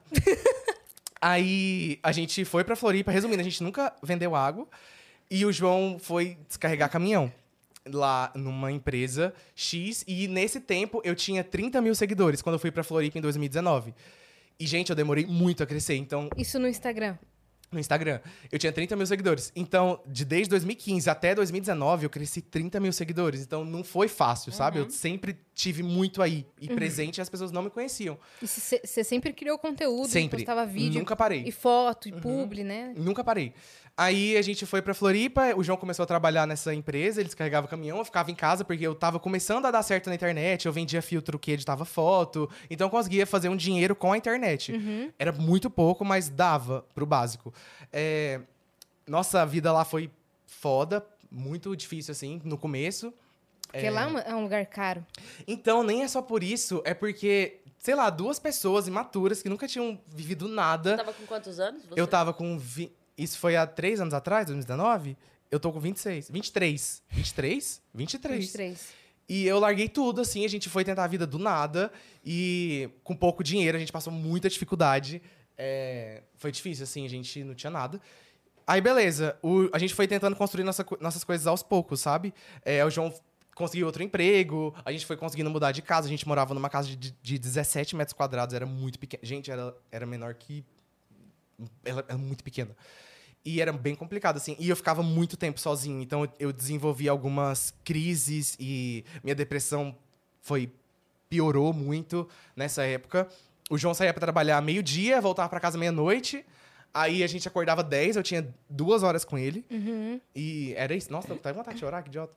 Aí a gente foi pra Floripa. Resumindo, a gente nunca vendeu água. E o João foi descarregar caminhão lá numa empresa X. E nesse tempo eu tinha trinta mil seguidores quando eu fui pra Floripa em dois mil e dezenove. E, gente, eu demorei muito a crescer. Então, Isso no Instagram? no Instagram. Eu tinha trinta mil seguidores. Então, de desde dois mil e quinze até dois mil e dezenove, eu cresci trinta mil seguidores. Então, não foi fácil, sabe? Eu sempre tive muito aí e presente e as pessoas não me conheciam. E você sempre criou conteúdo, Sempre. postava vídeo. Nunca parei. E foto, e publi, né? Nunca parei. Aí a gente foi pra Floripa, o João começou a trabalhar nessa empresa, ele descarregava caminhão, eu ficava em casa porque eu tava começando a dar certo na internet, eu vendia filtro que editava foto, então eu conseguia fazer um dinheiro com a internet. Uhum. Era muito pouco, mas dava pro básico. É, Nossa vida lá foi foda, muito difícil assim, no começo. Porque lá é uma- é um lugar caro. Então, nem é só por isso, é porque, sei lá, duas pessoas imaturas que nunca tinham vivido nada. Você tava com quantos anos? Você? Eu tava com... Vi... Isso foi há três anos atrás, dois mil e dezenove? Eu tô com vinte e seis. vinte e três. vinte e três? vinte e três. vinte e três. E eu larguei tudo, assim, a gente foi tentar a vida do nada. E com pouco dinheiro, a gente passou muita dificuldade. É, Foi difícil, assim, a gente não tinha nada. Aí, beleza. O... A gente foi tentando construir nossa... nossas coisas aos poucos, sabe? É, o João conseguiu outro emprego, a gente foi conseguindo mudar de casa. A gente morava numa casa de, de dezessete metros quadrados, era muito pequena. Gente, era, era menor que... Ela era muito pequena. E era bem complicado, assim. E eu ficava muito tempo sozinho. Então, eu- eu desenvolvi algumas crises e minha depressão foi... Piorou muito nessa época. O João saía pra trabalhar meio-dia, voltava pra casa meia-noite. Aí, a gente acordava dez, eu tinha duas horas com ele. Uhum. E era isso. Nossa, tá com vontade de chorar, que idiota.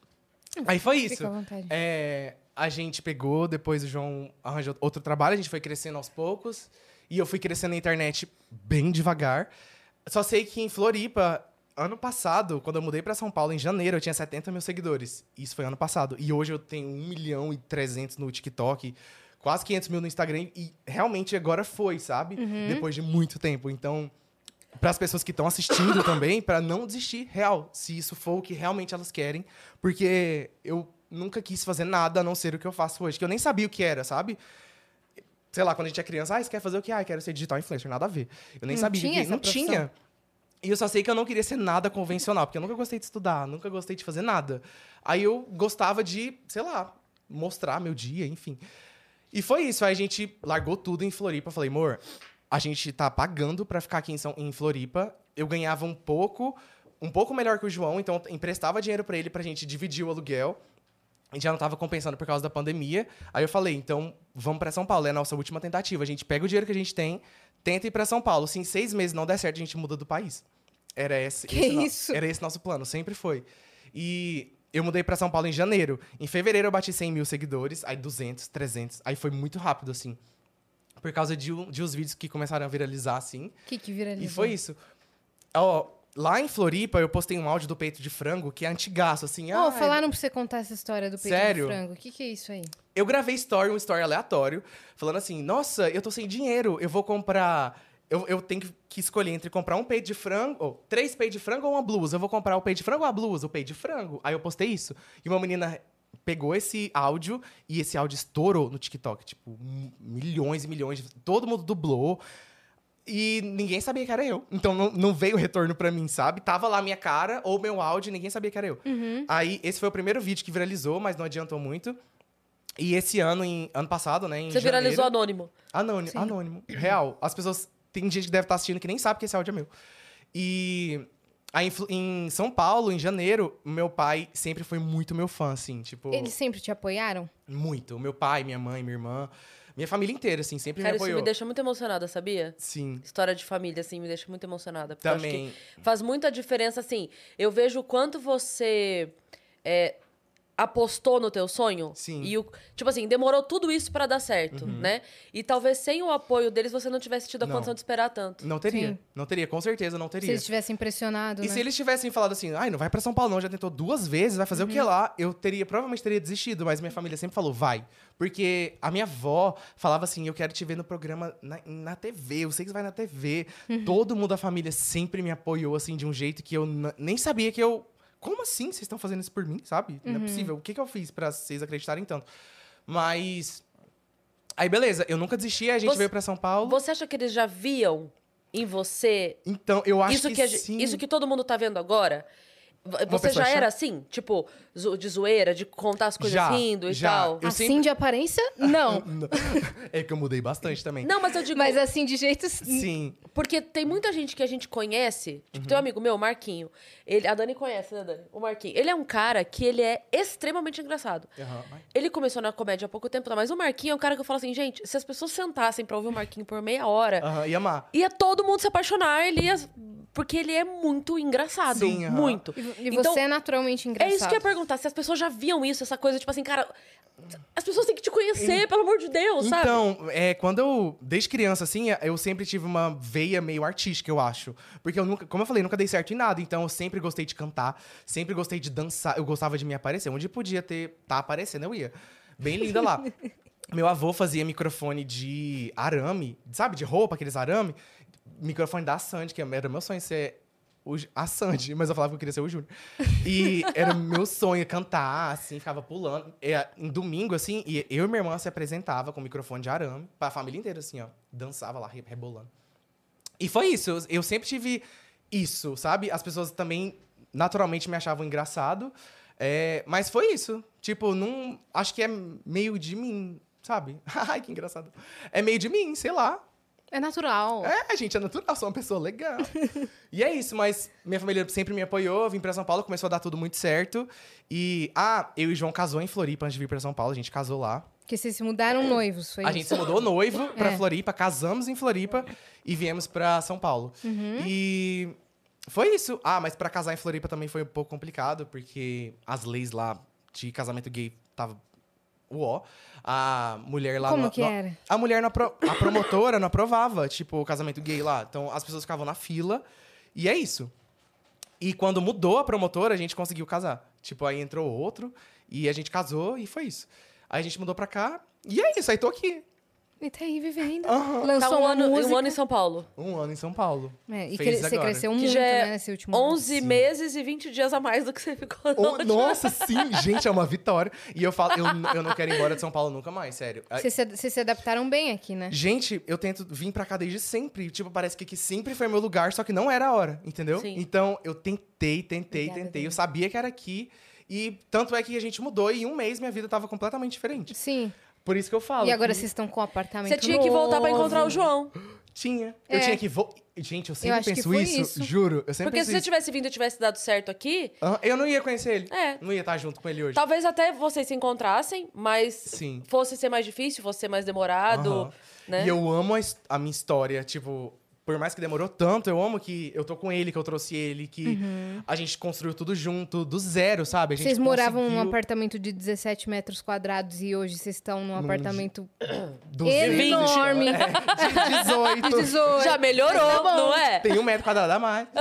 Aí foi isso. Fica à vontade. É, a gente pegou, depois o João arranjou outro trabalho, a gente foi crescendo aos poucos. E eu fui crescendo na internet bem devagar. Só sei que em Floripa, ano passado, quando eu mudei pra São Paulo, em janeiro, eu tinha setenta mil seguidores. Isso foi ano passado. E hoje eu tenho um milhão e trezentos no TikTok, quase quinhentos mil no Instagram. E realmente agora foi, sabe? Depois de muito tempo. Então, para as pessoas que estão assistindo também, para não desistir, real, se isso for o que realmente elas querem. Porque eu nunca quis fazer nada a não ser o que eu faço hoje. Que eu nem sabia o que era, sabe? Sei lá, quando a gente é criança, ah, você quer fazer o quê? Ah, quero ser digital influencer. Nada a ver. Eu nem Não sabia. tinha que... essa Não profissão? tinha. E eu só sei que eu não queria ser nada convencional, porque eu nunca gostei de estudar, nunca gostei de fazer nada. Aí eu gostava de, sei lá, mostrar meu dia, enfim. E foi isso. Aí a gente largou tudo em Floripa. Falei, amor, a gente tá pagando pra ficar aqui em, São... em Floripa. Eu ganhava um pouco, um pouco melhor que o João, então eu emprestava dinheiro pra ele pra gente dividir o aluguel. A gente já não tava compensando por causa da pandemia. Aí eu falei, então, vamos pra São Paulo. É a nossa última tentativa. A gente pega o dinheiro que a gente tem, tenta ir pra São Paulo. Se em seis meses não der certo, a gente muda do país. Era esse, Que esse no- isso? Era esse nosso plano, sempre foi. E eu mudei pra São Paulo em janeiro. Em fevereiro eu bati cem mil seguidores, aí duzentos, trezentos. Aí foi muito rápido, assim. Por causa de, um, de uns vídeos que começaram a viralizar, assim. O que que viralizou? E foi isso. Ó, lá em Floripa, eu postei um áudio do peito de frango que é antigaço, assim. Ó, ah, falaram pra você contar essa história do peito Sério? de frango. O que que é isso aí? Eu gravei story, um story aleatório, falando assim, nossa, eu tô sem dinheiro, eu vou comprar... Eu, eu tenho que- que escolher entre comprar um peito de frango, ou três peitos de frango ou uma blusa. Eu vou comprar o peito de frango ou a blusa? O peito de frango. Aí eu postei isso. E uma menina pegou esse áudio e esse áudio estourou no TikTok. Tipo, m- milhões e milhões. De... Todo mundo dublou. E ninguém sabia que era eu. Então não, não veio retorno pra mim, sabe? Tava lá minha cara ou meu áudio e ninguém sabia que era eu. Aí esse foi o primeiro vídeo que viralizou, mas não adiantou muito. E esse ano, em, ano passado, né? Em Você viralizou janeiro- anônimo. Anônimo, anônimo. Real. As pessoas... Tem gente que deve estar assistindo que nem sabe que esse áudio é meu. E... Aí, em Flu- em São Paulo, em janeiro, meu pai sempre foi muito meu fã, assim. Tipo... Eles sempre te apoiaram? Muito. Meu pai, minha mãe, minha irmã... Minha família inteira, assim, sempre Cara, me isso apoiou. me deixa muito emocionada, sabia? Sim. História de família, assim, me deixa muito emocionada. Porque eu acho Também. que faz muita diferença, assim. Eu vejo o quanto você é, apostou no teu sonho. Sim. E, o, tipo assim, demorou tudo isso pra dar certo, né? E talvez sem o apoio deles você não tivesse tido a Não. condição de esperar tanto. Não teria. Sim. Não teria, com certeza não Se teria. eles tivessem impressionado, E né? se eles tivessem falado assim, ai, não vai pra São Paulo não, já tentou duas vezes, vai fazer o que lá? Eu teria, provavelmente teria desistido, mas minha família sempre falou, vai. Porque a minha avó falava assim, eu quero te ver no programa na, na T V, eu sei que você vai na T V. Todo mundo da família sempre me apoiou, assim, de um jeito que eu n- nem sabia que eu... Como assim vocês estão fazendo isso por mim, sabe? Não é possível. O que, que eu fiz pra vocês acreditarem tanto? Mas... Aí, beleza, eu nunca desisti, a gente Você- veio pra São Paulo. Você acha que eles já viam em você Então, eu acho isso que, que, a gen- sim. isso que todo mundo tá vendo agora? V- Você pessoa já chata? era assim? Tipo, zo- de zoeira, de contar as coisas Já, rindo e já. tal? Eu assim sempre- de aparência, não. É que eu mudei bastante também. Não, mas eu digo... Mas assim, de jeitos... Sim. Porque tem muita gente que a gente conhece, tipo, Uhum. tem um amigo meu, o Marquinho. Ele, a Dani conhece, né, Dani? O Marquinho. Ele é um cara que ele é extremamente engraçado. Aham. Ele começou na comédia há pouco tempo, tá? Mas o Marquinho é um cara que eu falo assim, gente, se as pessoas sentassem pra ouvir o Marquinho por meia hora, Aham, ia amar. ia todo mundo se apaixonar, ele ia... Porque ele é muito engraçado. Sim, aham. muito. E, e Então, você é naturalmente é engraçado. isso que eu ia perguntar, se as pessoas já viam isso, essa coisa, tipo assim, cara... As pessoas têm que te conhecer, pelo amor de Deus, sabe? Então, é, quando eu, desde criança, assim, eu sempre tive uma veia meio artística, eu acho. Porque eu nunca, como eu falei, nunca dei certo em nada. Então, eu sempre gostei de cantar, sempre gostei de dançar. Eu gostava de me aparecer. Onde podia ter, tá aparecendo, eu ia. Bem linda lá. Meu avô fazia microfone de arame, sabe? De roupa, aqueles arame. Microfone da Sandy, que era meu sonho ser o Ju- a Sandy, mas eu falava que eu queria ser o Júnior. E era meu sonho cantar, assim, ficava pulando. É, em domingo, assim, e eu e minha irmã se apresentava com microfone de arame pra família inteira, assim, ó. Dançava lá, re- rebolando. E foi isso. Eu, eu sempre tive isso, sabe? As pessoas também naturalmente me achavam engraçado. É, mas foi isso. Tipo, não. Acho que é meio de mim, sabe? Ai, que engraçado. É meio de mim, sei lá. É natural. É, gente, é natural, sou uma pessoa legal. E é isso, mas minha família sempre me apoiou, vim pra São Paulo, começou a dar tudo muito certo. E, ah, eu e o João casou em Floripa antes de vir pra São Paulo, a gente casou lá. Porque vocês se mudaram noivos, foi A isso? gente se mudou noivo pra É. Floripa, casamos em Floripa e viemos pra São Paulo. Uhum. E foi isso. Ah, mas pra casar em Floripa também foi um pouco complicado, porque as leis lá de casamento gay estavam uó. A mulher lá... Como no- que no- era? A mulher, não apro- a promotora não aprovava, tipo, o casamento gay lá. Então, as pessoas ficavam na fila e é isso. E quando mudou a promotora, a gente conseguiu casar. Tipo, aí entrou outro e a gente casou e foi isso. Aí a gente mudou pra cá e é isso, aí tô aqui. E tá aí vivendo. Aham. Lançou Tá um uma ano, música. um ano em São Paulo. Um ano em São Paulo. É, e Fez cre- você agora. cresceu Que muito, já é né, nesse último ano. onze Sim. meses e vinte dias a mais do que você ficou na Oh, última. nossa, sim, gente, é uma vitória. E eu falo, eu, eu não quero ir embora de São Paulo nunca mais, sério. A- Vocês se, vocês se adaptaram bem aqui, né? Gente, eu tento vir pra cá desde sempre. Tipo, parece que aqui sempre foi meu lugar, só que não era a hora, entendeu? Sim. Então, eu tentei, tentei, Obrigada, tentei. Dani. Eu sabia que era aqui. E tanto é que a gente mudou e em um mês minha vida tava completamente diferente. Sim. Por isso que eu falo. E agora que vocês estão com um apartamento Você tinha que voltar pra novo. encontrar o João. Tinha. É. Eu tinha que... Vo... Gente, eu sempre acho que penso foi isso, isso. juro. Eu sempre Porque se penso você isso. tivesse vindo e tivesse dado certo aqui, Aham, eu não ia conhecer ele. É. Não ia estar junto com ele hoje. talvez até vocês se encontrassem, mas Sim. fosse ser mais difícil, fosse ser mais demorado, Aham. né? E eu amo a, his- a minha história, tipo, por mais que demorou tanto, eu amo que eu tô com ele, que eu trouxe ele, que a gente construiu tudo junto, do zero, sabe? A gente Vocês moravam num conseguiu apartamento de dezessete metros quadrados e hoje vocês estão num apartamento duzentos, enorme. é, de dezoito. dezoito. Já melhorou, Tá bom. não é? Tem um metro quadrado a mais.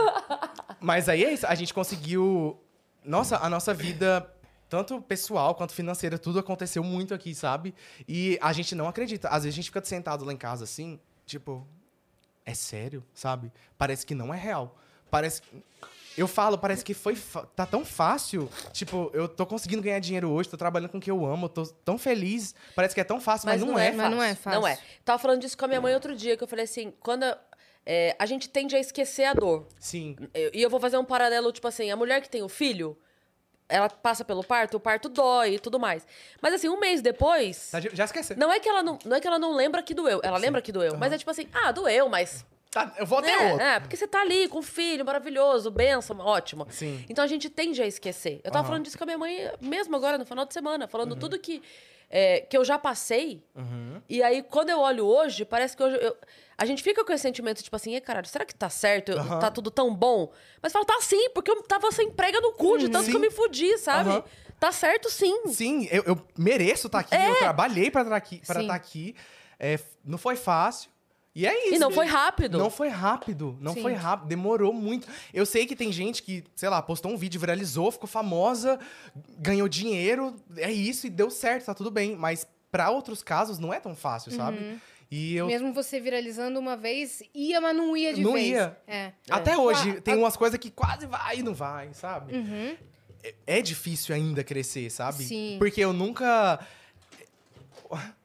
Mas aí é isso, a gente conseguiu... Nossa, a nossa vida, tanto pessoal quanto financeira, tudo aconteceu muito aqui, sabe? E a gente não acredita. Às vezes a gente fica sentado lá em casa assim, tipo... É sério, sabe? Parece que não é real. Parece... Eu falo, parece que foi... fa- Tá tão fácil. Tipo, eu tô conseguindo ganhar dinheiro hoje, tô trabalhando com o que eu amo, tô tão feliz. Parece que é tão fácil, mas, não, é. Mas não é fácil. Não é. Tava falando disso com a minha mãe outro dia, que eu falei assim, quando é, a gente tende a esquecer a dor. Sim. Eu- E eu vou fazer um paralelo, tipo assim, a mulher que tem o filho, ela passa pelo parto, o parto dói e tudo mais. Mas assim, um mês depois, Tá, já esqueceu. não é que ela não, não é que ela não lembra que doeu. Ela lembra que doeu, mas é tipo assim, ah, doeu, mas Tá, eu vou até é, outro. é, porque você tá ali com o filho, maravilhoso, benção, ótimo. Sim. Então a gente tende a esquecer. Eu tava Aham. falando disso com a minha mãe mesmo agora, no final de semana, falando tudo que, é, que eu já passei. Uhum. E aí, quando eu olho hoje, parece que hoje. eu- a gente fica com esse sentimento, tipo assim, "Ê, caralho, será que tá certo? Eu- Aham. Tá tudo tão bom? Mas fala, tá sim, porque eu tava sem prega no cu, de tanto Sim. que eu me fudi, sabe? Aham. Tá certo sim. Sim, eu, eu mereço estar aqui, eu trabalhei pra estar aqui. Pra Sim. tá aqui. É, f- não foi fácil. E é isso. E não foi rápido. Não foi rápido, não Sim. foi rápido, demorou muito. Eu sei que tem gente que, sei lá, postou um vídeo, viralizou, ficou famosa, ganhou dinheiro, é isso e deu certo, tá tudo bem. Mas pra outros casos não é tão fácil, sabe? E eu. Mesmo você viralizando uma vez, ia, mas não ia de Não vez. ia. É. Até hoje, Ah, tem ah. umas coisas que quase vai e não vai, sabe? Uhum. É, é difícil ainda crescer, sabe? Sim. Porque eu nunca.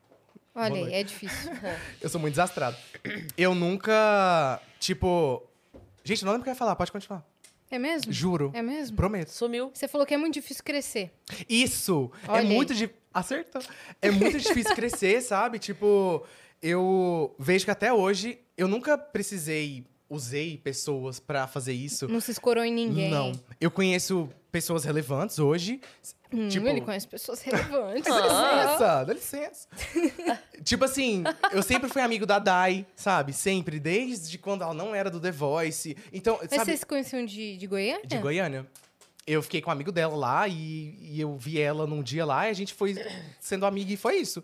Olha Boa aí, noite. é difícil. Eu sou muito desastrado. Eu nunca, tipo... Gente, não lembro o que eu ia falar, pode continuar. É mesmo? Juro. É mesmo? Prometo. Sumiu. Você falou que é muito difícil crescer. Isso! Olha é aí. muito difícil. Acertou. É muito difícil crescer, sabe? Tipo, eu vejo que até hoje eu nunca precisei, usei pessoas pra fazer isso. Não se escorou em ninguém. Não. Eu conheço pessoas relevantes hoje. Hum, tipo, ele conhece pessoas relevantes. Dá Ah. licença, dá licença. Tipo assim, eu sempre fui amigo da Dai, sabe? Sempre, desde quando ela não era do The Voice. Então, Mas sabe, vocês se conheciam de, de Goiânia? de Goiânia. Eu fiquei com um amigo dela lá e, e eu vi ela num dia lá e a gente foi sendo amiga e foi isso.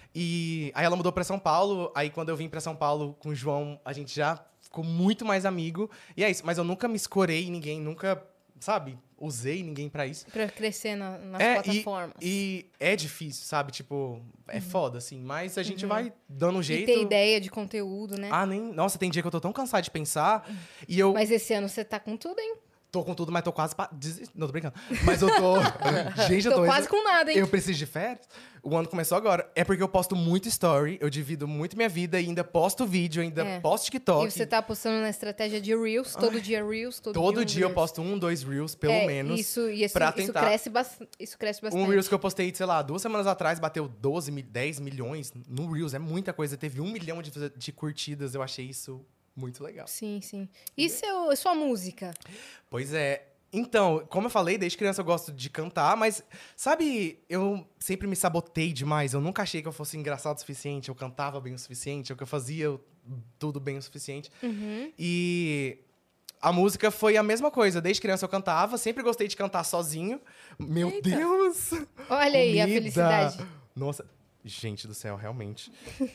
E aí ela mudou pra São Paulo, aí quando eu vim pra São Paulo com o João, a gente já ficou muito mais amigo. E é isso, mas eu nunca me escorei em ninguém, nunca, sabe, usei ninguém pra isso. Pra crescer na- nas É, plataformas. E, e é difícil, sabe? Tipo, é foda, assim. Mas a gente vai dando um E jeito. ter ideia de conteúdo, né? Ah, nem. Nossa, tem dia que eu tô tão cansado de pensar. E eu Mas esse ano você tá com tudo, hein? tô com tudo, mas tô quase. Pa... desi- Não, tô brincando. Mas eu tô. Gente, eu Tô tô. quase com nada, hein? Eu preciso de férias. O ano começou agora. É porque eu posto muito story, eu divido muito minha vida e ainda posto vídeo, ainda É. posto TikTok. E você tá apostando na estratégia de Reels, todo dia Reels, todo, Todo dia eu Reels. posto um, dois Reels, pelo É, menos. Isso, e esse, pra isso, tentar. cresce, bas- isso cresce bastante. Um Reels que eu postei, sei lá, duas semanas atrás, bateu doze, mi- dez milhões no Reels. É muita coisa. Teve um milhão de, de curtidas. Eu achei isso muito legal. Sim, sim. E seu, sua música? Pois é. Então, como eu falei, desde criança eu gosto de cantar, mas, sabe, eu sempre me sabotei demais. Eu nunca achei que eu fosse engraçado o suficiente, eu cantava bem o suficiente, ou que eu fazia tudo bem o suficiente. Uhum. E a música foi a mesma coisa. Desde criança eu cantava, sempre gostei de cantar sozinho. Meu Eita. Deus! Olha aí a Comida. felicidade. Nossa, gente do céu, realmente.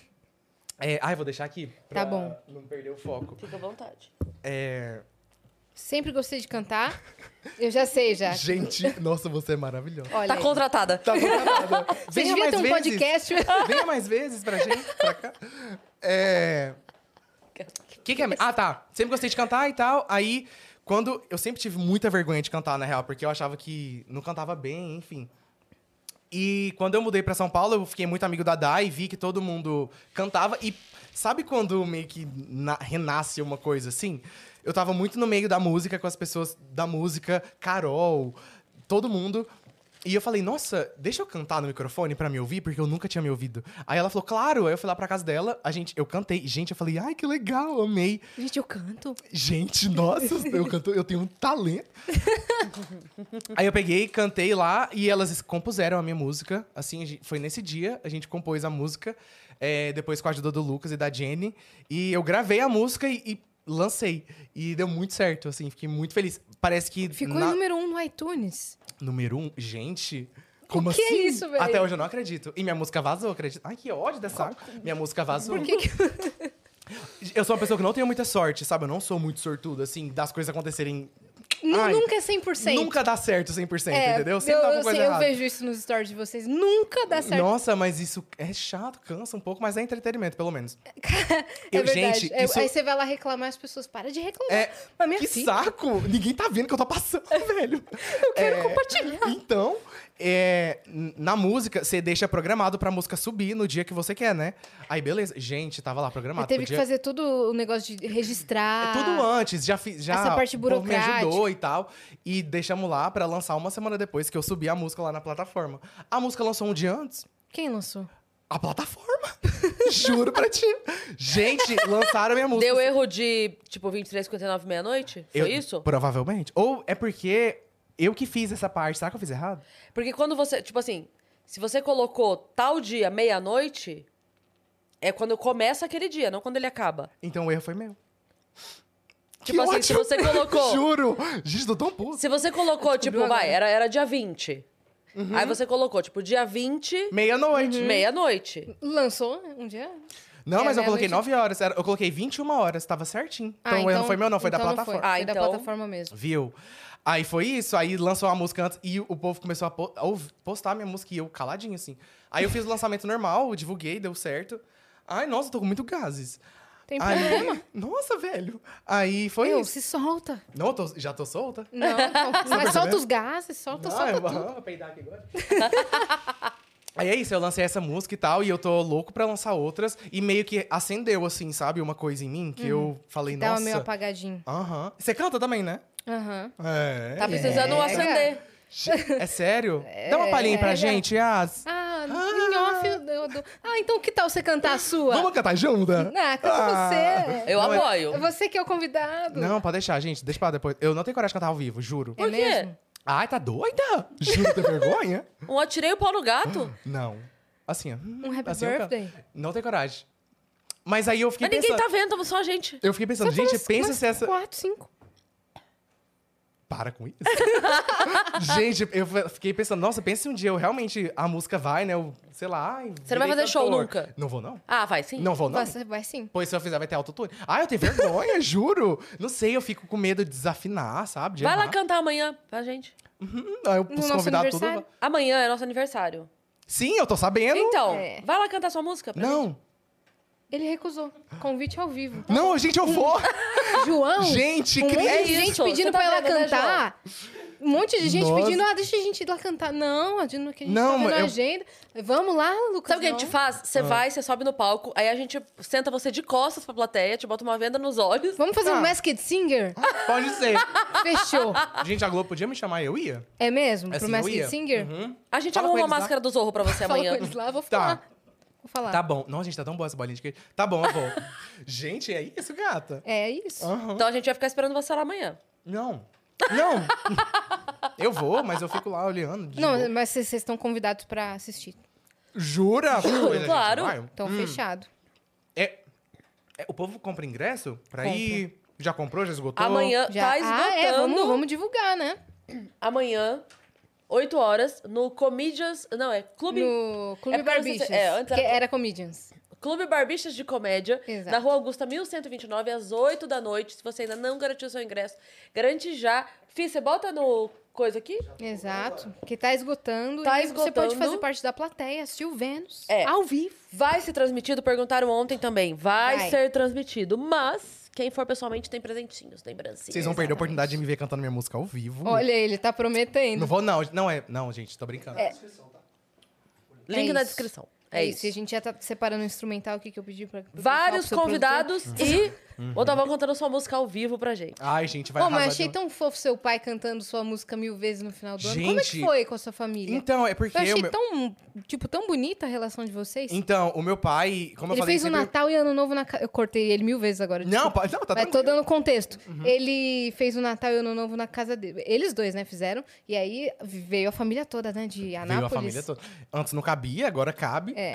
É, ai, vou deixar aqui. Tá pra bom. não perder o foco. Fica à vontade. É, Sempre gostei de cantar. Eu já sei, já. gente, nossa, você é maravilhosa. Olha Tá aí. contratada. Tá contratada. Você Venha devia mais ter um vezes. podcast. Venha mais vezes pra gente, pra cá. É... O que, que é? Ah, tá. Sempre gostei de cantar e tal. Aí, quando... Eu sempre tive muita vergonha de cantar, na real, porque eu achava que não cantava bem, enfim. E quando eu mudei pra São Paulo, eu fiquei muito amigo da Dai e vi que todo mundo cantava. E sabe quando meio que na- renasce uma coisa assim? Eu tava muito no meio da música, com as pessoas da música, Carol, todo mundo. E eu falei, nossa, deixa eu cantar no microfone pra me ouvir, porque eu nunca tinha me ouvido. Aí ela falou, claro. Aí eu fui lá pra casa dela, a gente, eu cantei. Gente, eu falei, ai, que legal, amei. Gente, eu canto. Gente, nossa, eu canto, eu tenho um talento. Aí eu peguei, cantei lá e elas compuseram a minha música. Assim, a gente- foi nesse dia, a gente compôs a música, é, depois com a ajuda do Lucas e da Jenny. E eu gravei a música e, e lancei. E deu muito certo, assim, fiquei muito feliz. Parece que. Ficou na- em número um no iTunes. Número um? Gente. Como que é assim? isso, velho? Até hoje eu não acredito. E minha música vazou, acredito. Ai, que ódio dessa. Minha música vazou. Por que que... Eu sou uma pessoa que não tem muita sorte, sabe? Eu não sou muito sortudo, assim, das coisas acontecerem. Nu- Ai, Nunca é cem por cento. Nunca dá certo cem por cento, É, entendeu? Sempre eu, dá eu, alguma coisa sei, eu errada. vejo isso nos stories de vocês. Nunca dá certo. Nossa, mas isso é chato, cansa um pouco, mas é entretenimento, pelo menos. é eu, verdade. gente, É, isso- Aí você vai lá reclamar, as pessoas param de reclamar. É, Mas minha que filha, saco! Ninguém tá vendo o que eu tô passando, velho. eu quero É, compartilhar. Então, é, n- na música, você deixa programado pra música subir no dia que você quer, né? Aí, beleza. Gente, tava lá programado. Mas teve podia- que fazer tudo o negócio de registrar. É tudo antes, já fiz, já Essa parte o povo me burocrática. ajudou e tal. E deixamos lá pra lançar uma semana depois que eu subi a música lá na plataforma. A música lançou um dia antes. Quem lançou? A plataforma. Juro pra ti. Gente, lançaram a minha música. Deu erro de, tipo, vinte e três, cinquenta e nove, meia-noite? Foi Eu- isso? Provavelmente. Ou é porque eu que fiz essa parte. Será que eu fiz errado? Porque quando você, tipo assim, se você colocou tal dia, meia-noite, é quando começa aquele dia, não quando ele acaba. Então o erro foi meu. Tipo Que assim, se ótimo. você colocou... Juro. Gente, tô tão puto. Se você colocou, tipo, agora. vai, era, era dia vinte. Aí você colocou, tipo, dia vinte, Meia-noite. meia-noite. Lançou um dia? Não, É, mas eu coloquei meia-noite. nove horas. Era- Eu coloquei vinte e uma horas. Tava certinho. Então, Ah, o erro não foi meu, não. Foi da então plataforma. Foi, Ah, foi da então- plataforma mesmo. Viu? Aí foi isso, aí lançou a música antes e o povo começou a, po- a ouv- postar a minha música e eu caladinho, assim. Aí eu fiz o lançamento normal, divulguei, deu certo. Ai, nossa, eu tô com muito gases. Tem Aí- problema? Nossa, velho. Aí foi Meu, isso. se solta. Não, eu tô- já tô solta? Não, não. Mas solta percebendo? os gases, solta, Ah, solta eu tudo. vou peidar aqui agora. Aí é isso, eu lancei essa música e tal, e eu tô louco pra lançar outras. E meio que acendeu, assim, sabe? Uma coisa em mim que eu falei, Tava nossa... meio apagadinho. Aham. Você canta também, né? Aham. É. Tá precisando É, acender. É sério? Dá uma palhinha pra é. gente, Yas. Ah, em off eu, eu dou. Ah, então que tal você cantar a sua? Vamos cantar junta? Ah, canta Ah. você. Eu Não, é- apoio. É você que é o convidado. Não, pode deixar, gente. Deixa pra depois. Eu não tenho coragem de cantar ao vivo, juro. É Por quê? mesmo? Ai, tá doida? Juro, tem vergonha? Um atirei o pau no gato. Não. Assim, ó. hum, Um happy assim eu canto. birthday. Não tenho coragem. Mas aí eu fiquei Mas ninguém pensando... tá vendo, só a gente. Eu fiquei pensando, Só gente, umas- pensa umas se essa... Quatro, cinco. Para com isso. Gente, eu fiquei pensando, nossa, pensa se um dia eu realmente... A música vai, né? Eu, sei lá... ai, Você não vai virei fazer show cantor. nunca? Não vou, não. Ah, vai sim. Não vou, não. Você vai sim. Pois se eu fizer, vai ter autotune. Ah, eu tenho vergonha, juro. Não sei, eu fico com medo de desafinar, sabe? De Vai lá errar. cantar amanhã pra gente. Hum, aí eu No os nosso convidados tudo... aniversário? Amanhã é nosso aniversário. Sim, eu tô sabendo. Então, É. vai lá cantar sua música pra gente. Não. Ele recusou. Convite ao vivo. Não, gente, eu vou. João, Gente, um monte cri- É de gente isso, pedindo você tá pra ela vendo, né, cantar. Um monte de gente Nossa. pedindo, ah, deixa a gente ir lá cantar. Não, a gente não, que a gente Não, tá vendo mas a eu- agenda. Vamos lá, Lucas. Sabe o que a gente não. faz? Você vai, você sobe no palco, aí a gente senta você de costas pra plateia, te bota uma venda nos olhos. Vamos fazer Tá. um Masked Singer? Pode ser. Fechou. Gente, a Globo podia me chamar, eu ia. É mesmo? Assim, Pro eu Masked ia. Singer? Uhum. A gente Fala arruma com uma eles lá. máscara do Zorro pra você Fala amanhã. com eles lá, vou Tá. falar. Vou falar. Tá bom. Nossa, gente, tá tão boa essa bolinha de queijo. Tá bom, eu vou. Gente, é isso, gata? É isso. Aham. Então a gente vai ficar esperando você lá amanhã. Não. Não. Eu vou, mas eu fico lá olhando. de Não, boa. mas vocês vocês estão convidados pra assistir. Jura? Pois a claro. gente vai. Então, fechado. É, é, o povo compra ingresso pra ir... Já comprou? Já esgotou? Amanhã Já. tá esgotando. Ah, é, vamos, vamos divulgar, né? Amanhã, oito horas, no Comedians... Não, é Clube... No Clube É porque Barbichas. você- é, antes que era- era Comedians. Clube Barbichas de Comédia, Exato. na Rua Augusta mil cento e vinte e nove, às oito da noite. Se você ainda não garantiu seu ingresso, garante já. Fih, você bota no coisa aqui? Exato. Que tá esgotando. Tá e você pode esgotando. fazer parte da plateia, assistir o Vênus. É. Ao vivo. Vai ser transmitido, perguntaram ontem também. Vai, Vai. ser transmitido, mas quem for pessoalmente tem presentinhos, lembrancinhas. Vocês vão perder a oportunidade de me ver cantando minha música ao vivo. Olha, ele tá prometendo. Não vou, não. Não, é... Não, gente, tô brincando. Link É na isso. descrição. É, É isso. isso. E a gente já tá separando o instrumental aqui que eu pedi pra. pro Vários pessoal, pro seu convidados produtor. e o Tavão cantando sua música ao vivo pra gente. Ai, gente, vai Pô, mas arrasar achei demais. tão fofo seu pai cantando sua música mil vezes no final do ano. Como é que Gente, foi com a sua família? Então, é porque... eu achei o meu... tão, tipo, tão bonita a relação de vocês. Então, o meu pai, como eu Ele falei fez o sempre... Natal e Ano Novo na casa. Eu cortei ele mil vezes agora. Não, desculpa. pode- não, tá Mas tô tranquilo. dando contexto. Uhum. Ele fez o Natal e o Ano Novo na casa dele. Eles dois, né, fizeram. E aí veio a família toda, né, de Anápolis. Veio a família toda. Antes não cabia, agora cabe. É.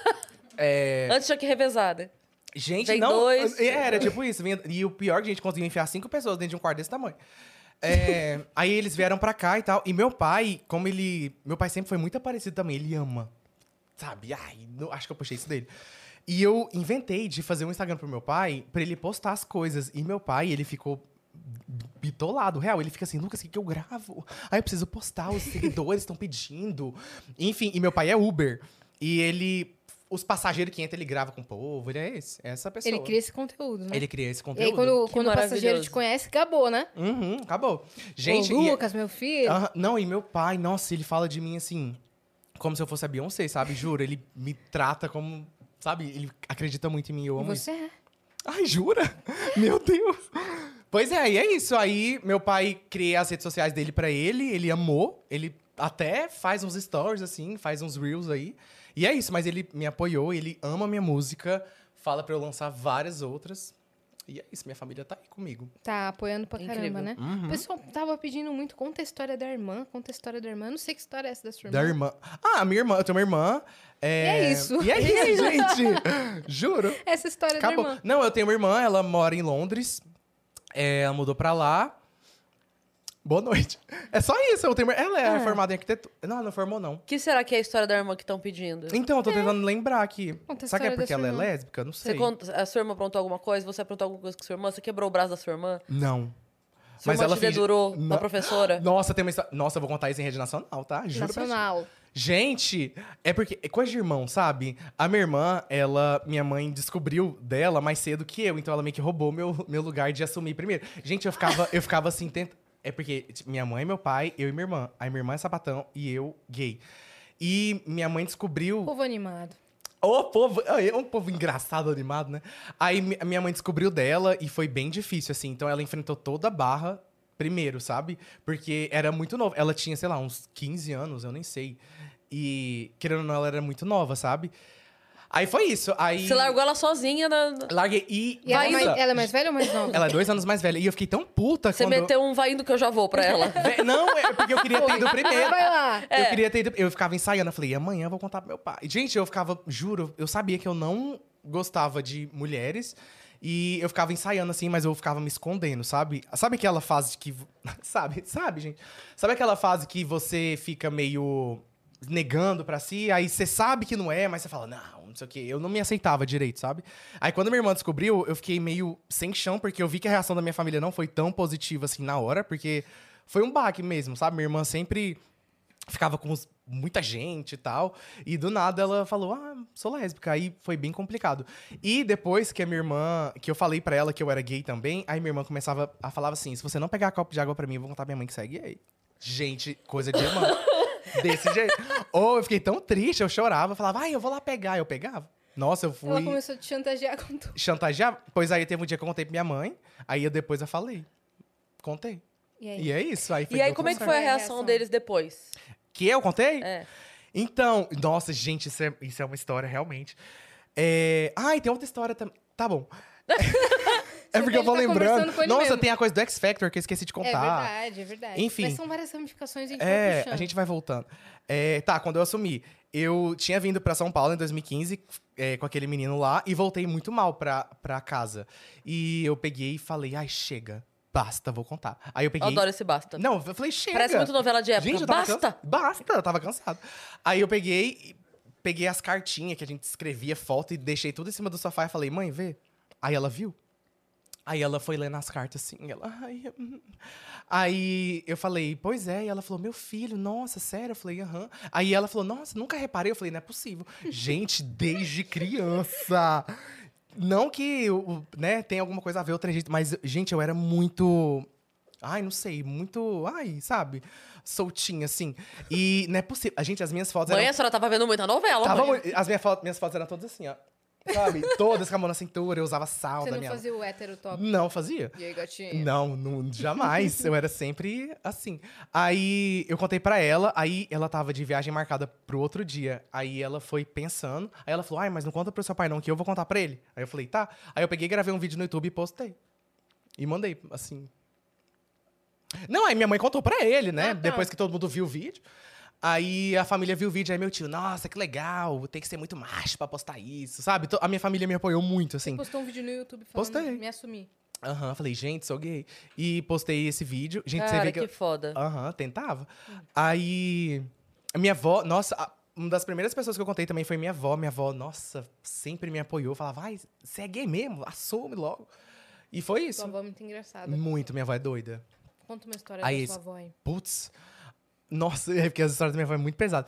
É, Antes tinha que revezar, né? Gente, Vem não... dois. é, Era tipo isso. vinha- E o pior é que a gente conseguiu enfiar cinco pessoas dentro de um quarto desse tamanho. É, aí eles vieram pra cá e tal. E meu pai, como ele... Meu pai sempre foi muito parecido também. Ele ama. Sabe? Ai, não- acho que eu puxei isso dele. E eu inventei de fazer um Instagram pro meu pai pra ele postar as coisas. E meu pai, ele ficou bitolado, real. Ele fica assim, Lucas, o que, que eu gravo? Aí eu preciso postar, os seguidores estão pedindo. Enfim, e meu pai é Uber. E ele... Os passageiros que entram, ele grava com o povo. Ele é esse, é essa pessoa. Ele cria esse conteúdo, né? Ele cria esse E conteúdo. aí, quando, Que quando o passageiro maravilhoso. te conhece, acabou, né? Uhum, acabou. Gente, Ô, e- Lucas, meu filho. Aham, não, e meu pai, nossa, ele fala de mim assim, como se eu fosse a Beyoncé, sabe? Juro, ele me trata como, sabe? Ele acredita muito em mim, eu E amo isso. você é. Ai, jura? Meu Deus. Pois é, e é isso. Aí, meu pai cria as redes sociais dele pra ele, ele amou, ele até faz uns stories, assim, faz uns reels aí. E é isso, mas ele me apoiou, ele ama minha música, fala pra eu lançar várias outras. E é isso, minha família tá aí comigo. Tá apoiando pra Incrível. caramba, né? Uhum. O pessoal tava pedindo muito, conta a história da irmã, conta a história da irmã. Eu não sei que história é essa da sua irmã. Da irmã. Ah, a minha irmã, eu tenho uma irmã. É... E é isso. E é isso, gente. Juro. Essa história Acabou. da irmã. Não, eu tenho uma irmã, ela mora em Londres. É, ela mudou pra lá. Boa noite. É só isso, eu tenho uma... Ela é Ah. formada em arquitetura. Não, ela não formou, não. O que será que é a história da irmã que estão pedindo? Então, eu tô tentando lembrar aqui. Conta a Será que é história da porque sua ela é irmã. lésbica? Não Você sei. conta, a sua irmã aprontou alguma coisa? Você aprontou alguma coisa com sua irmã? Você quebrou o braço da sua irmã? Não. Sua irmã te finge- dedurou Não. na professora? Nossa, tem uma história... Nossa, eu vou contar isso em rede nacional, tá? Juro pra ti. Nacional. Gente, é porque é coisa de irmão, sabe? A minha irmã, ela, minha mãe descobriu dela mais cedo que eu, então ela meio que roubou meu, meu lugar de assumir primeiro. Gente, eu ficava, eu ficava assim, tenta... é porque tipo, minha mãe, meu pai, eu e minha irmã. Aí minha irmã é sapatão e eu gay. E minha mãe descobriu... Povo animado. Ô, povo, é um povo engraçado, animado, né? Aí mi- minha mãe descobriu dela e foi bem difícil, assim. Então ela enfrentou toda a barra primeiro, sabe? Porque era muito nova. Ela tinha, sei lá, uns quinze anos, eu nem sei. E, querendo ou não, ela era muito nova, sabe? Aí foi isso. Aí... Você largou ela sozinha na... Larguei e... E ela, é Nossa, mais, ela é mais velha ou mais nova? ela é dois anos mais velha. E eu fiquei tão puta Você quando... meteu um vai indo que eu já vou pra ela. Vé- Não, é porque eu queria ter ido primeiro. Vai lá. Eu queria ter ido... Eu ficava ensaiando, eu falei, amanhã eu vou contar pro meu pai. Gente, eu ficava, juro, eu sabia que eu não gostava de mulheres. E eu ficava ensaiando assim, mas eu ficava me escondendo, sabe? Sabe aquela fase que... Sabe, sabe, gente? Sabe aquela fase que você fica meio negando pra si, aí você sabe que não é, mas você fala, não, não sei o quê. Eu não me aceitava direito, sabe? Aí quando minha irmã descobriu, eu fiquei meio sem chão, porque eu vi que a reação da minha família não foi tão positiva assim na hora, porque foi um baque mesmo, sabe? Minha irmã sempre ficava com os- muita gente e tal, e do nada ela falou, ah, sou lésbica. Aí foi bem complicado. E depois que a minha irmã, que eu falei pra ela que eu era gay também, aí minha irmã começava a falar assim, se você não pegar copo de água pra mim, eu vou contar pra minha mãe que você é gay. Gente, coisa de irmã. Desse jeito. Ou eu fiquei tão triste, eu chorava, falava, ai, eu vou lá pegar. Eu pegava. Nossa, eu Ela fui começou a te chantagear com tudo. chantagear. Pois aí teve um dia que eu contei pra minha mãe, aí eu depois eu falei. Contei. E aí? E é isso. Aí foi E aí, deu como é tudo que certo. foi a Foi a reação reação. deles depois? Que eu contei? É. Então, nossa, gente, isso é, isso é uma história realmente. É... Ah, e tem outra história também. Tá bom. É Você porque eu deve vou tá lembrando. conversando com ele Nossa, mesmo. tem a coisa do X Factor que eu esqueci de É contar. verdade, é verdade. Enfim. Mas são várias ramificações, a gente vai É, puxando. a gente vai voltando. É, tá, quando eu assumi, eu tinha vindo pra São Paulo em dois mil e quinze é, com aquele menino lá e voltei muito mal pra, pra casa. E eu peguei e falei, ai, chega, basta, vou contar. Aí eu Eu peguei... adoro esse basta. Não, eu falei, chega. Parece muito novela de época. Gente, eu tava Basta! cansa- Basta, eu tava cansado. Aí eu peguei, e peguei as cartinhas que a gente escrevia, foto, e deixei tudo em cima do sofá e falei, mãe, vê. Aí ela viu. Aí ela foi lendo as cartas assim, ela... Ai, hum. Aí eu falei, pois é. E ela falou, meu filho, nossa, sério? Eu falei, aham. Aí ela falou, nossa, nunca reparei. Eu falei, não é possível. Gente, desde criança. Não que, o- né, tem alguma coisa a ver, outro jeito, mas, gente, eu era muito... Ai, não sei, muito... Ai, sabe? Soltinha, assim. E não é possível. A gente, as minhas fotos Mãe, eram... a senhora tava vendo muita novela, Tava mãe. muito- As minhas fotos, minhas fotos eram todas assim, ó. Sabe? Todas com a mão na cintura, eu usava sal Você da não minha... fazia o hétero top. Não fazia. E aí, gatinha? Não, não, jamais. Eu era sempre assim. Aí eu contei pra ela, aí ela tava de viagem marcada pro outro dia. Aí ela foi pensando, aí ela falou, ai, mas não conta pro seu pai não, que eu vou contar pra ele. Aí eu falei, tá. Aí eu peguei, gravei um vídeo no YouTube e postei. E mandei, assim. Não, aí minha mãe contou pra ele, né? Ah, tá. Depois que todo mundo viu o vídeo. Aí a família viu o vídeo, aí meu tio, nossa, que legal, tem que ser muito macho pra postar isso, sabe? To- A minha família me apoiou muito, assim. Postou um vídeo no YouTube falando, Postei. me assumi. Aham, falei, gente, sou gay. E postei esse vídeo. Gente, você Cara, vê que que... eu- foda. Aham, tentava. Aí, a minha avó, nossa, a- uma das primeiras pessoas que eu contei também foi minha avó. Minha avó, nossa, sempre me apoiou. Falava, vai, você é gay mesmo, assume logo. E foi isso. Sua avó é muito engraçada. Muito, minha avó é doida. Conta uma história Aí da esse- sua avó aí. Putz. Nossa, é porque as histórias da minha avó é muito pesada.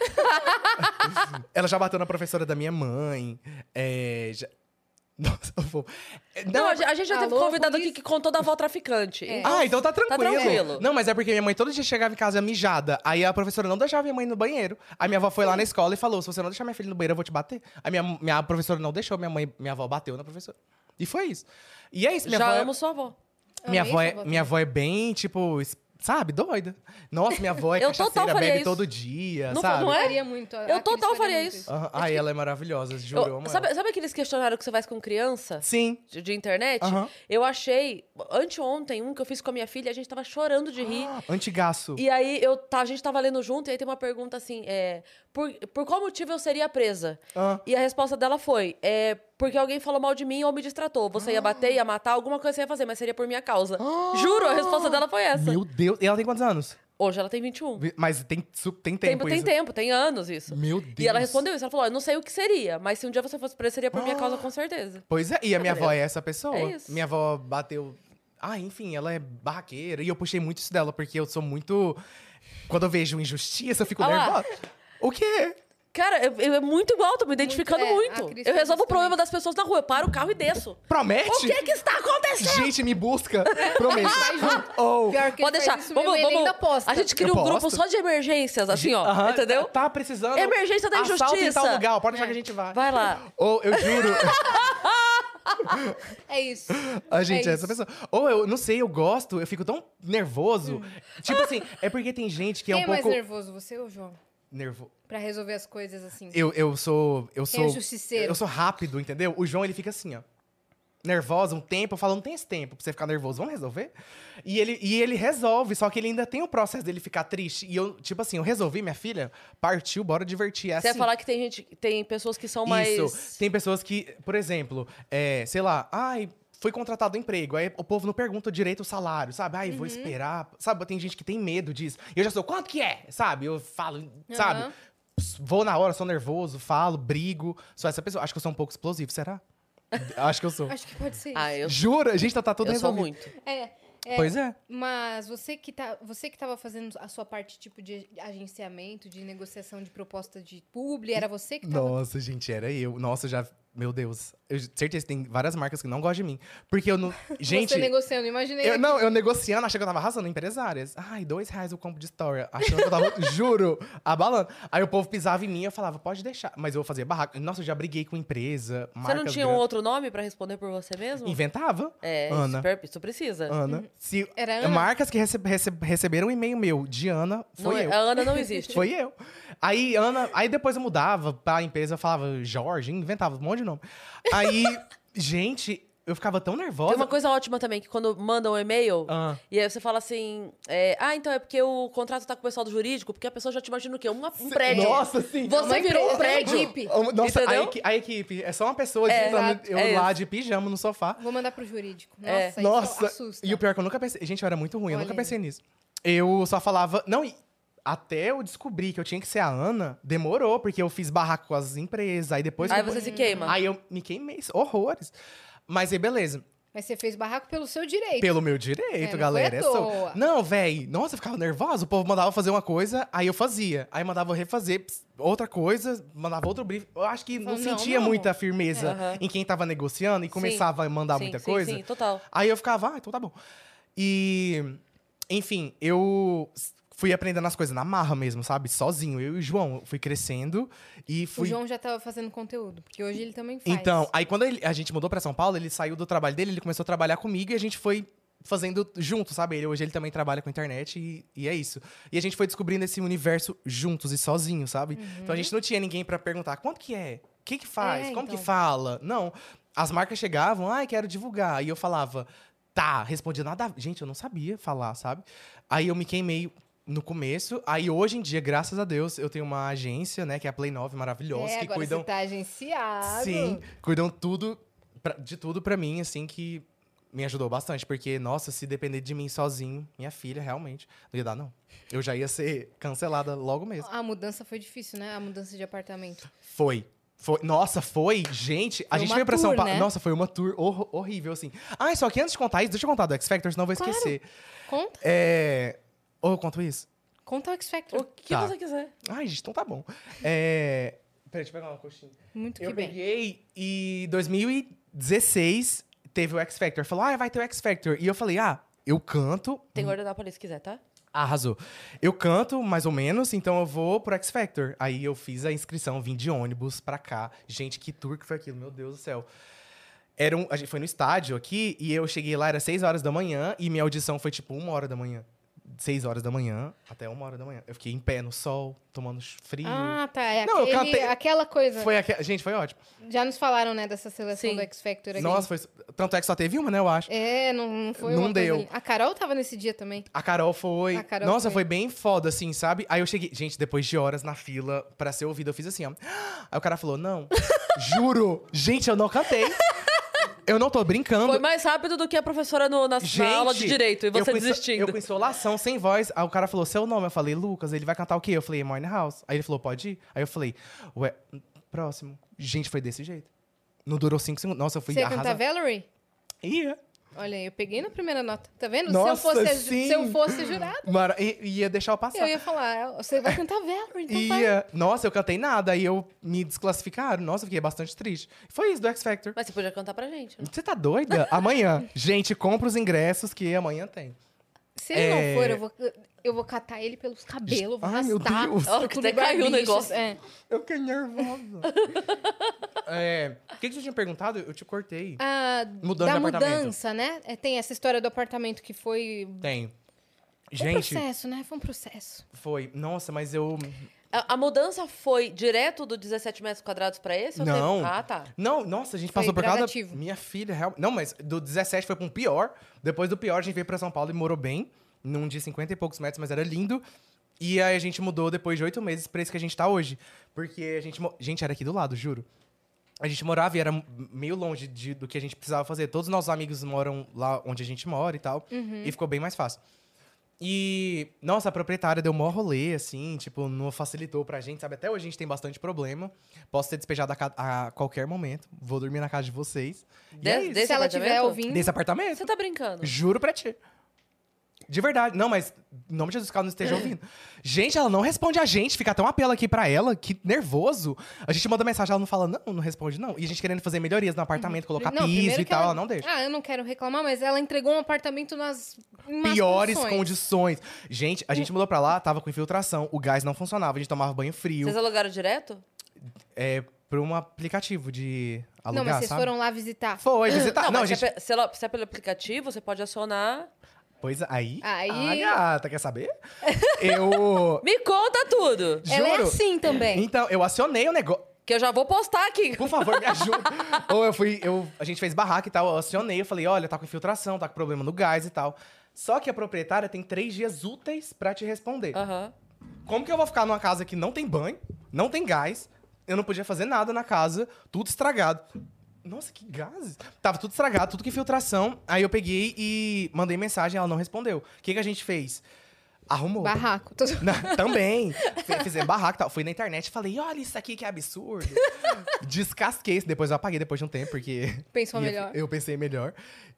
Ela já bateu na professora da minha mãe. É, já... Nossa, eu vou... É, Não, a gente- a gente já teve Alô, convidado polícia? aqui que contou da avó traficante. É. Ah, então tá tranquilo. tranquilo. Não, mas é porque minha mãe todo dia chegava em casa mijada. Aí a professora não deixava minha mãe no banheiro. Aí minha avó foi lá na escola e falou: se você não deixar minha filha no banheiro, eu vou te bater. Aí minha, minha professora não deixou, minha mãe, minha avó bateu na professora. E foi isso. E é isso, minha Já avó. amo sua avó. Minha Amei avó, sua é, avó minha avó é bem, tipo, es- sabe, doida. Nossa, minha avó é Eu total cachaceira, faria bebe isso. todo dia, Não- sabe? não é? Faria muito. a- Eu a Cris total faria muito isso. Aham. Ai, ela é maravilhosa, juro, eu, Eu- amo sabe, ela. sabe aqueles questionários que você faz com criança? Sim. De, de internet? Aham. Eu achei, anteontem, um que eu fiz com a minha filha, a gente tava chorando de rir. Antigaço. E aí eu, tá, a gente tava lendo junto, e aí tem uma pergunta assim: é, por, por qual motivo eu seria presa? Ah. E a resposta dela foi: é, porque alguém falou mal de mim ou me distratou. Você ia bater, ia matar, alguma coisa você ia fazer, mas seria por minha causa. Juro, a resposta dela foi essa. Meu Deus. E ela tem quantos anos? Hoje ela tem vinte e um. Mas tem, su- tem Tempo, tempo tem isso. tempo, tem anos isso. Meu Deus. E ela respondeu isso. Ela falou: eu não sei o que seria, mas se um dia você fosse presa, seria por minha causa, com certeza. Pois é, e a minha Beleza. avó é essa pessoa. É isso. Minha avó bateu. Ah, enfim, ela é barraqueira. E eu puxei muito isso dela, porque eu sou muito. Quando eu vejo injustiça, eu fico Ah lá. nervosa. O quê? Cara, é, é muito igual, tô me identificando é, muito. a Cris Eu faz resolvo isso o problema também. das pessoas na rua. Eu paro o carro e desço. Promete? O que que está acontecendo? Gente, me busca. Prometo. Vai junto. Oh. Pior que Pode ele deixar. faz isso Vamos, mesmo, ele vamos. ainda posta. A gente cria Eu um grupo posto. só de emergências, assim, ó. Aham, Entendeu? Tá precisando. Emergência da Assalto em injustiça. tal lugar, pode deixar que a gente vai. Vai lá. Ou eu juro. É isso. A gente É é essa isso. pessoa. Ou eu não sei, eu gosto, eu fico tão nervoso. Tipo assim, é porque tem gente que é Quem um é mais pouco nervoso, você ou o João? nervoso. Pra resolver as coisas assim. Eu, eu sou. Eu Quem é sou. justiceiro? Eu sou rápido, entendeu? O João, ele fica assim, ó. Nervosa um tempo, eu falo, não tem esse tempo pra você ficar nervoso, vamos resolver? E ele, e ele resolve, só que ele ainda tem o processo dele ficar triste. E eu, tipo assim, eu resolvi, minha filha, partiu, bora divertir. É Você assim. ia falar que tem gente, tem pessoas que são mais... Isso. Tem pessoas que, por exemplo, é, sei lá, ai, foi contratado um emprego, aí o povo não pergunta direito o salário, sabe? Ai, vou esperar. Sabe, tem gente que tem medo disso. E eu já sou, quanto que é? Sabe? Eu falo, sabe? Aham. Vou na hora, sou nervoso, falo, brigo. Sou essa pessoa. Acho que eu sou um pouco explosivo, será? Acho que eu sou. Acho que pode ser isso. Ah, eu, Jura? Gente, tá, tá tudo eu sou resolvido. muito. É, é, Pois é. Mas você que, tá, você que tava fazendo a sua parte, tipo, de agenciamento, de negociação de proposta de publi, era você que tava... Nossa, gente, era eu. Nossa, já... Meu Deus. Eu, certeza que tem várias marcas que não gostam de mim. Porque eu não... Gente... Você negociando, imaginei. Eu, aqui. não, eu negociando, achei que eu tava arrasando empresárias. Ai, dois reais o combo de história. Achando que eu tava, juro, abalando. Aí o povo pisava em mim e eu falava, pode deixar. Mas eu fazia barraco. Nossa, eu já briguei com empresa, Você não marcas tinha um grandes. outro nome pra responder por você mesmo? Inventava. É, Ana. Isso, per- isso precisa. Ana. Se, Era Ana? Marcas que receb- receb- receberam um e-mail meu de Ana, Não foi é- eu. A Ana não existe. Foi eu. Aí, Ana... Aí depois eu mudava pra empresa, eu falava Jorge, inventava um monte de nome. Aí, gente, eu ficava tão nervosa. Tem uma coisa ótima também, que quando mandam um e-mail, Ah. e aí você fala assim, é, ah, então é porque o contrato tá com o pessoal do jurídico, porque a pessoa já te imagina o quê? Uma- um prédio. Nossa, sim. Você Uma virou um empresa, prédio. uma equipe. Oh, Nossa, a, Entendeu? equi- a equipe. É só uma pessoa É, digitando exato. eu É lá isso. de pijama no sofá. Vou mandar pro jurídico. Nossa, É. isso Nossa, assusta. e o pior é que eu nunca pensei... Gente, eu era muito ruim, eu Olha nunca aí. pensei nisso. Eu só falava... Não, e até eu descobri que eu tinha que ser a Ana, demorou, porque eu fiz barraco com as empresas, aí depois... Aí que eu- você se queima. Aí eu me queimei, horrores. Mas aí, beleza. Mas você fez barraco pelo seu direito. Pelo meu direito, É, não galera. foi à é só- toa. Não, véi. Nossa, eu ficava nervosa. O povo mandava fazer uma coisa, aí eu fazia. Aí mandava refazer ps, outra coisa, mandava outro brief. Eu acho que não, Falou, não, sentia não. muita firmeza É. Aham. em quem tava negociando e começava a mandar Sim, muita sim, coisa. Sim, total. Aí eu ficava, ah, então tá bom. E, enfim, eu fui aprendendo as coisas na marra mesmo, sabe? Sozinho. Eu e o João fui crescendo e O fui... João já tava fazendo conteúdo, porque hoje ele também faz. Então, aí quando ele- a gente mudou pra São Paulo, ele saiu do trabalho dele, ele começou a trabalhar comigo e a gente foi fazendo junto, sabe? Ele, hoje ele também trabalha com internet e, e é isso. E a gente foi descobrindo esse universo juntos e sozinho, sabe? Então a gente não tinha ninguém pra perguntar, quanto que é? O que que faz? É, Como então. que fala? Não. As marcas chegavam, ai, quero divulgar. E eu falava, tá, respondia nada. a- Gente, eu não sabia falar, sabe? Aí eu me queimei no começo. Aí hoje em dia, graças a Deus, eu tenho uma agência, né, que é a Play nove, maravilhosa, É, que agora cuidam... você tá agenciado. Sim, cuidam tudo pra- de tudo pra mim, assim, que me ajudou bastante. Porque, nossa, se depender de mim sozinho, minha filha, realmente, não ia dar, não. Eu já ia ser cancelada logo mesmo. A mudança foi difícil, né? A mudança de apartamento. Foi. Foi. Nossa, foi. Gente, a Foi gente uma veio pra São tour, Paulo. né? Nossa, foi uma tour hor- horrível, assim. Ah, só que antes de contar isso, deixa eu contar do X Factor, senão eu vou Claro. esquecer. Conta. É... Ou eu conto isso? Conta o X Factor. O que Tá. você quiser. Ai, gente, então tá bom. É... Peraí, deixa eu pegar uma coxinha. Muito Eu que bem. peguei e em dois mil e dezesseis teve o X Factor. Falou, ah, vai ter o X Factor. E eu falei, ah, eu canto. Tem guardanapo se quiser, tá? Arrasou. Eu canto, mais ou menos, então eu vou pro X Factor. Aí eu fiz a inscrição, vim de ônibus pra cá. Gente, que tour que foi aquilo, meu Deus do céu. Era um, a gente foi no estádio aqui e eu cheguei lá, era seis horas da manhã e minha audição foi tipo uma hora da manhã. seis horas da manhã até uma hora da manhã. Eu fiquei em pé no sol, tomando frio. Ah, tá. É Não, eu aquele, cantei- aquela coisa. Foi aque- Gente, foi ótimo. Já nos falaram, né, dessa seleção Sim. do X Factor aqui. Nossa, foi. Tanto é que só teve uma, né, eu acho. É, não, não foi Não uma coisa deu. ali. A Carol tava nesse dia também. A Carol foi. A Carol Nossa, foi. foi. bem foda, assim, sabe? Aí eu cheguei. Gente, depois de horas na fila pra ser ouvida, eu fiz assim, ó. Aí o cara falou: não, juro. Gente, eu não cantei. Eu não tô brincando. Foi mais rápido do que a professora no- na, na Gente, aula de direito e eu você com inso- desistindo. Eu com insolação, sem voz. Aí o cara falou, seu nome. Eu falei, Lucas. Ele vai cantar o quê? Eu falei, Morning House. Aí ele falou, pode ir? Aí eu falei, ué, próximo. Gente, foi desse jeito. Não durou cinco segundos. Nossa, eu fui Você ia cantar arrasado. Valerie? Ia. Olha aí, eu peguei na primeira nota. Tá vendo? Nossa, se, eu fosse, sim. se eu fosse jurado, Mara, i- ia deixar eu passar. eu ia falar, você vai cantar Valerie, então vai. Ia. Nossa, eu cantei nada, aí eu me desclassificaram. Nossa, eu fiquei bastante triste. Foi isso do X Factor. Mas você podia cantar pra gente. Né? Você tá doida? Amanhã. Gente, compra os ingressos que amanhã tem. Se ele É. não for, eu vou, eu vou catar ele pelos cabelos, vou Ai, meu arrastar. Deus. Ó, por que até lugar caiu o bichos, negócio. É. Eu fiquei nervosa. é, o que, que você tinha perguntado? Eu te cortei. Ah, Mudando da de apartamento. mudança, né? É, tem essa história do apartamento que foi... Tem. Foi um Gente, processo, né? Foi um processo. foi. Nossa, mas eu. A, a mudança foi direto do dezessete metros quadrados pra esse? ou Não. teve- Ah, tá. Não, nossa, a gente Foi passou por causa da gradativo. minha filha. Real... Não, mas do dezessete foi pra um pior. Depois do pior, a gente veio pra São Paulo e morou bem. Num de cinquenta e poucos metros, mas era lindo. E aí a gente mudou depois de oito meses pra esse que a gente tá hoje. Porque a gente. mo- Gente, era aqui do lado, juro. A gente morava e era meio longe de- do que a gente precisava fazer. Todos os nossos amigos moram lá onde a gente mora e tal. E ficou bem mais fácil. E, nossa, a proprietária deu maior rolê, assim, tipo, não facilitou pra gente, sabe? Até hoje a gente tem bastante problema. Posso ser despejado a, ca- a qualquer momento. Vou dormir na casa de vocês. E De- é isso. desse Se ela estiver apartamento? ouvindo... Desse apartamento. Você tá brincando? Juro pra ti. De verdade. Não, mas em nome de Jesus, que ela não esteja ouvindo. Gente, ela não responde a gente. Fica até um apelo aqui pra ela. Que nervoso. A gente manda mensagem, ela não fala, não, não responde, não. E a gente querendo fazer melhorias no apartamento, colocar Não, piso primeiro e que tal, ela... não deixa. Ah, eu não quero reclamar, mas ela entregou um apartamento nas em más Piores condições. condições. Gente, a gente mudou pra lá, tava com infiltração. O gás não funcionava, a gente tomava banho frio. Vocês alugaram direto? É, por um aplicativo de alugar, Não, mas vocês sabe? foram lá visitar. Foi, visitar. Não, não, a mas gente... se, é, pe- se ela- se é pelo aplicativo, você pode acionar... Pois aí... Aí- Ah, gata, quer saber? Eu... Me conta tudo! Ela é Juro. assim também. Então, eu acionei o negócio... Que eu já vou postar aqui. Por favor, me ajuda. Ou eu fui... Eu, a gente fez barraca e tal, eu acionei, eu falei, olha, tá com infiltração, tá com problema no gás e tal. Só que a proprietária tem três dias úteis pra te responder. Aham. Como que eu vou ficar numa casa que não tem banho, não tem gás, eu não podia fazer nada na casa, tudo estragado. Nossa, que gases. Tava tudo estragado, tudo com infiltração. Aí eu peguei e mandei mensagem, ela não respondeu. O que, que a gente fez? Arrumou. Barraco. Tô- Na- também. Fe- Fizemos barraco e tal. Fui na internet e falei, olha isso aqui que é absurdo. Descasquei. Depois eu apaguei depois de um tempo, porque... Pensou ia- melhor. Eu pensei melhor.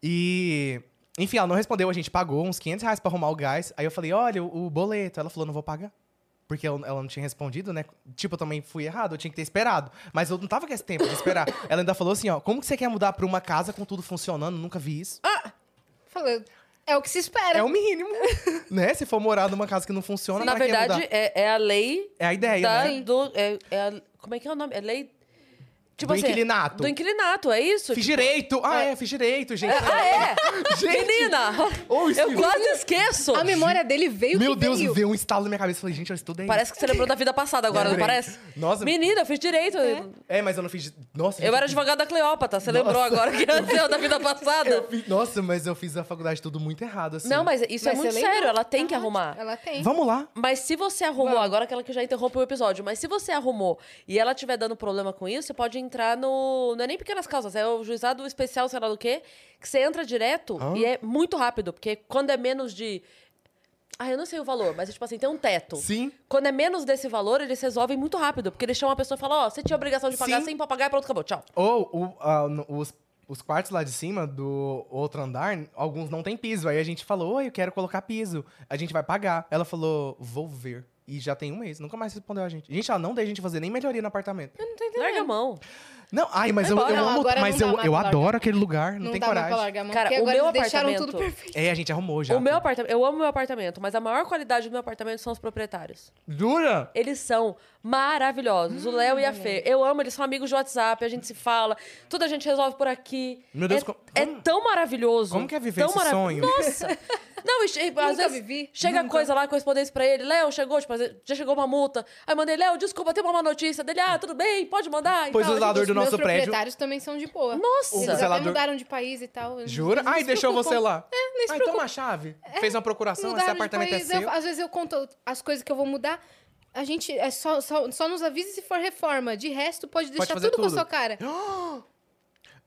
E... Enfim, ela não respondeu. A gente pagou uns quinhentos reais pra arrumar o gás. Aí eu falei, olha, o, o boleto. Ela falou, não vou pagar. Porque ela, ela não tinha respondido, né? Tipo, eu também fui errado. Eu tinha que ter esperado. Mas eu não tava com esse tempo de esperar. Ela ainda falou assim, ó, como que você quer mudar pra uma casa com tudo funcionando? Nunca vi isso. Falei, é o que se espera. É o mínimo, né? Se for morar numa casa que não funciona, Na pra que verdade, mudar? é, é a lei É a ideia, da, né? do... É, é a- como é que é o nome? É lei... Tipo Do assim, inquilinato. Do inquilinato, é isso? Fiz Tipo, direito. Ah, é, fiz direito, gente. ah, é? Gente! Menina! Ô, isso eu me- quase esqueço. A memória dele veio Meu que Deus, veio. veio um estalo na minha cabeça. Falei, gente, eu estudei. Parece que você lembrou da vida passada agora, não Lembrei. parece? Nossa. Menina, eu fiz direito. É, mas eu não fiz... Nossa, Eu gente, era fiz- advogada da Cleópatra. Você Nossa. lembrou agora que era da vida passada? eu fiz- Nossa, mas eu fiz a faculdade tudo muito errado, assim. Não, mas isso Mas é muito você lembrou? sério. Ela tem que Ah, arrumar. Ela tem. Vamos lá. Mas se você arrumou, Vamos. agora aquela que já interrompeu o episódio, mas se você arrumou e ela estiver dando problema com isso, você pode entrar no. Não é nem pequenas causas, é o juizado especial, sei lá do quê, que você entra direto Ah. e é muito rápido, porque quando é menos de. Ah, eu não sei o valor, mas tipo assim, tem um teto. Sim. Quando é menos desse valor, eles resolvem muito rápido, porque eles chamam a pessoa e falam: ó, você tinha obrigação de pagar Sim. sem pode pagar, pronto, acabou, tchau. Ou o- ah, no- os, os quartos lá de cima do outro andar, alguns não tem piso. Aí a gente falou, oi, eu quero colocar piso. A gente vai pagar. Ela falou, vou ver. E já tem um mês. Nunca mais respondeu a gente. Gente, ela não deixa a gente fazer nem melhoria no apartamento. Eu não tô entendendo. Larga a mão. Não, ai, mas eu, Vai eu embora. Não, amo. agora Mas não dá eu, mais eu pra adoro largar. aquele lugar. Não, Não tem dá mais coragem. pra largar a mão. Cara, porque o agora meu eles deixaram apartamento- tudo perfeito. É, a gente arrumou já. O meu apartamento, eu amo meu apartamento, mas a maior qualidade do meu apartamento são os proprietários. Jura? Eles são maravilhosos. O Léo e a Fê. Eu amo, eles são amigos de WhatsApp, a gente se fala, tudo a gente resolve por aqui. Meu Deus, é, como- é como- tão maravilhoso. como que é viver tão esse marav- sonho? Nossa! Não, e, che- às vezes vivi. chega Nunca. coisa lá, correspondência pra ele. Léo, chegou, tipo, já chegou uma multa. Aí mandei, Léo, desculpa, tem uma má notícia. Dele, ah, tudo bem, pode mandar. e Pois tal. o zelador do Os meus nosso prédio... proprietários também são de boa. Nossa! Eles O até zelador- mudaram de país e tal. Eles- Jura? eles não Ai, se deixou preocupam. você lá. É, nem se Ai, preocupa. toma a chave. Fez uma procuração, esse Mudaram de apartamento país. é seu. Eu- às vezes eu conto as coisas que eu vou mudar. A gente é só, só, só nos avisa se for reforma. De resto, pode deixar fazer tudo com a tudo. sua cara.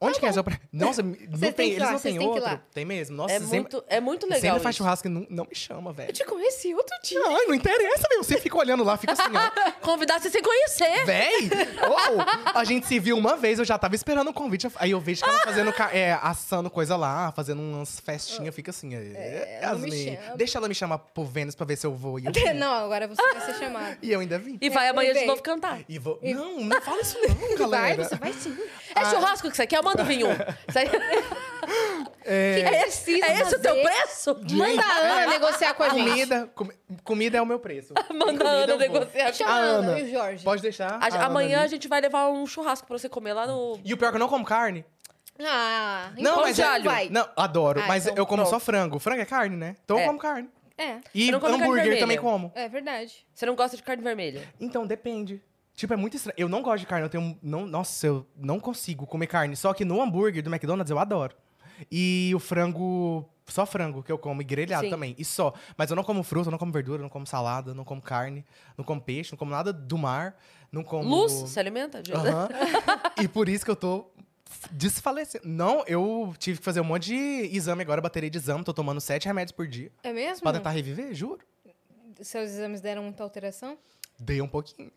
Onde que é essa? Nossa, não tem tem, que ir eles lá, não vocês têm têm que ir outro? lá. Tem mesmo. Nossa, É sempre, muito, é muito legal sempre faz isso. churrasco e não, não me chama, velho. Eu te conheci outro dia. Não, não interessa, velho. Você fica olhando lá, fica assim, ó. Convidar você sem conhecer. Véi! Oh, a gente se viu uma vez, eu já tava esperando o convite. Aí eu vejo que ela fazendo, ca- é, assando coisa lá, fazendo umas festinhas, fica assim. É, ela não me Yasmin, chama. deixa ela me chamar pro Vênus pra ver se eu vou. E eu, Não, agora você vai ser chamado. e eu ainda vim. E vai amanhã de vem. novo cantar. E vou. Não, não fala isso não, Vai, galera. você vai sim. É churrasco que você quer? Eu mando vinho. Isso aí- É, precisa É esse o teu fazer. preço? Manda a Ana negociar com a gente. Comida, comi- comida é o meu preço. Manda a Ana eu vou. negociar. Chama a A Ana Ana. e o Jorge. Pode deixar. A- a Ana amanhã a ali. gente vai levar um churrasco pra você comer lá no... E o pior é que eu não como carne. Ah, Não, então mas já é- vai. Não, adoro. Ah, mas então eu como pronto. só frango. Frango é carne, né? Então É. eu como carne. É, E Você não come carne hambúrguer vermelha? também como. é verdade. Você não gosta de carne vermelha? Então, depende. Tipo, é muito estranho. Eu não gosto de carne, eu tenho. Não, nossa, eu não consigo comer carne. Só que no hambúrguer do McDonald's eu adoro. E o frango. Só frango que eu como, e grelhado Sim. também. E só. Mas eu não como fruta, eu não como verdura, eu não como salada, não como carne, não como peixe, não como nada do mar, não como. Luz, se alimenta? De... Aham. E por isso que eu tô desfalecendo. Não, eu tive que fazer um monte de exame agora, bateria de exame, tô tomando sete remédios por dia. É mesmo? Pra tentar reviver, juro. Seus exames deram muita alteração? Dei um pouquinho.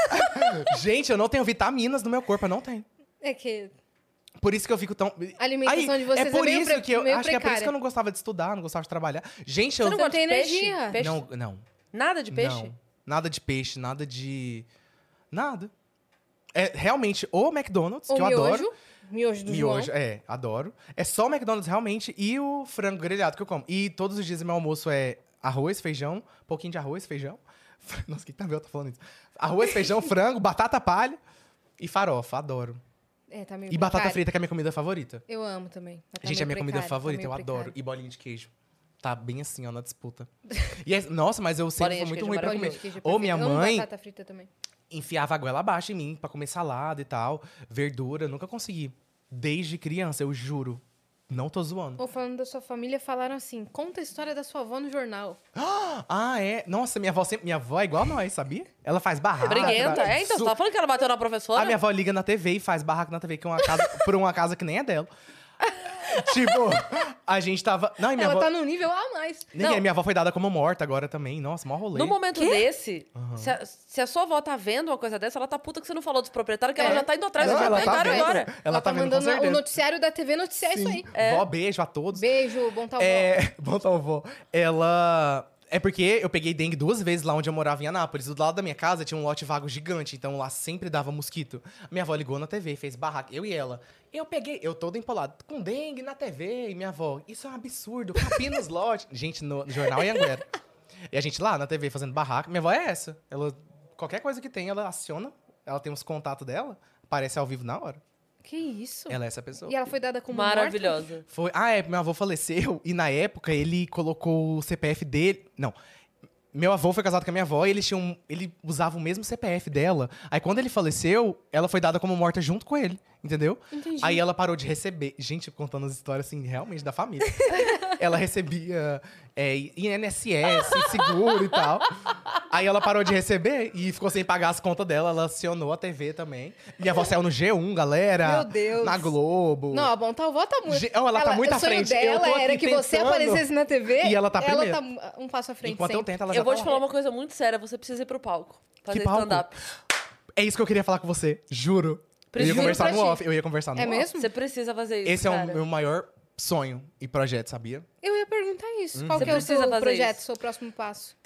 Gente, eu não tenho vitaminas no meu corpo, eu não tenho. É que Por isso que eu fico tão. a alimentação Aí, de vocês é por é meio isso pre- que eu meio acho que é por isso precária. que eu não gostava de estudar, não gostava de trabalhar. Gente, eu Você não gosta tem de peixe? energia. Peixe? não, não. Nada de peixe? Não. Nada de peixe, nada de nada. É realmente o McDonald's, O que eu miojo, adoro. miojo do Miojo, João. é, adoro. É só o McDonald's realmente e o frango grelhado que eu como. E todos os dias meu almoço é arroz, feijão, um pouquinho de arroz, feijão. Nossa, o que tá vendo? Eu tô falando isso. Arroz, feijão, frango, batata palha e farofa, adoro. É, tá meio E batata precário. frita, que é a minha comida favorita. Eu amo também. mas tá Gente, é a meio minha comida precário, tá favorita, meio eu adoro. precário. E bolinha de queijo. Tá bem assim, ó, na disputa. E é- nossa, mas eu sempre Bolinha fui de muito queijo ruim pra Bolinha comer. de queijo é Ou perfeito. minha Eu amo mãe batata frita também. enfiava a goela abaixo em mim pra comer salada e tal. Verdura, nunca consegui. Desde criança, eu juro. Não tô zoando. Ou falando da sua família, falaram assim, conta a história da sua avó no jornal. Ah, é? Nossa, minha avó sempre... Minha avó é igual a nós, sabia? Ela faz barraco. Briguenta. É, então, você tava falando que ela bateu na professora? A minha avó liga na T V e faz barraco na T V que é uma casa, por uma casa que nem é dela. Tipo, a gente tava... Não, e minha Ela avó... tá no nível a mais. Ninguém, Não. minha avó foi dada como morta agora também. Nossa, mó rolê. No momento desse, se, a, se a sua avó tá vendo uma coisa dessa, ela tá puta que você não falou dos proprietários, que É. ela já tá indo atrás Não, do ela tá proprietário vendo. agora. Ela, Ela tá, vendo com mandando o certeza. noticiário da T V noticiar isso aí. Vó, beijo a todos. Beijo, bom tal É, bom tal vó. Ela... É porque eu peguei dengue duas vezes lá onde eu morava em Anápolis. Do lado da minha casa tinha um lote vago gigante, então lá sempre dava mosquito. Minha avó ligou na T V, fez barraca, eu e ela. Eu peguei, eu todo empolado, com dengue na T V. E minha avó, isso é um absurdo, capim nos lotes. Gente, no, no jornal Anhanguera. E a gente lá na T V fazendo barraca. Minha avó é essa. Ela, qualquer coisa que tem, ela aciona. Ela tem os contatos dela, aparece ao vivo na hora. Que isso? Ela é essa pessoa. E ela foi dada como morta? Maravilhosa. Foi. Ah, é, meu avô faleceu e na época ele colocou o C P F dele. Não. Meu avô foi casado com a minha avó e eles tinham, ele usava o mesmo C P F dela. Aí quando ele faleceu, ela foi dada como morta junto com ele, entendeu? Entendi. Aí ela parou de receber. Gente, contando as histórias assim, realmente da família. Ela recebia é, I N S S, seguro e tal. Aí ela parou de receber e ficou sem pagar as contas dela. Ela acionou a T V também. Minha avó saiu no G um, galera. Meu Deus. Na Globo. Não, a bom tal avó tá muito... Ge- oh, ela tá muito o à sonho frente. Eu dela tô era aqui que você tentando. aparecesse na T V. E ela tá Ela primeiro. tá um passo à frente Enquanto eu sempre. tento, ela já Eu vou tá te lá. falar uma coisa muito séria, você precisa ir pro palco. Fazer palco? stand-up. É isso que eu queria falar com você, juro. Preciso eu ia conversar pra no ti. off. Eu ia conversar no É off. mesmo? Você precisa fazer isso, Esse é cara. o meu maior sonho e projeto, sabia? Eu ia perguntar isso. Hum. Qual Você que é o precisa seu fazer projeto, isso. seu próximo passo?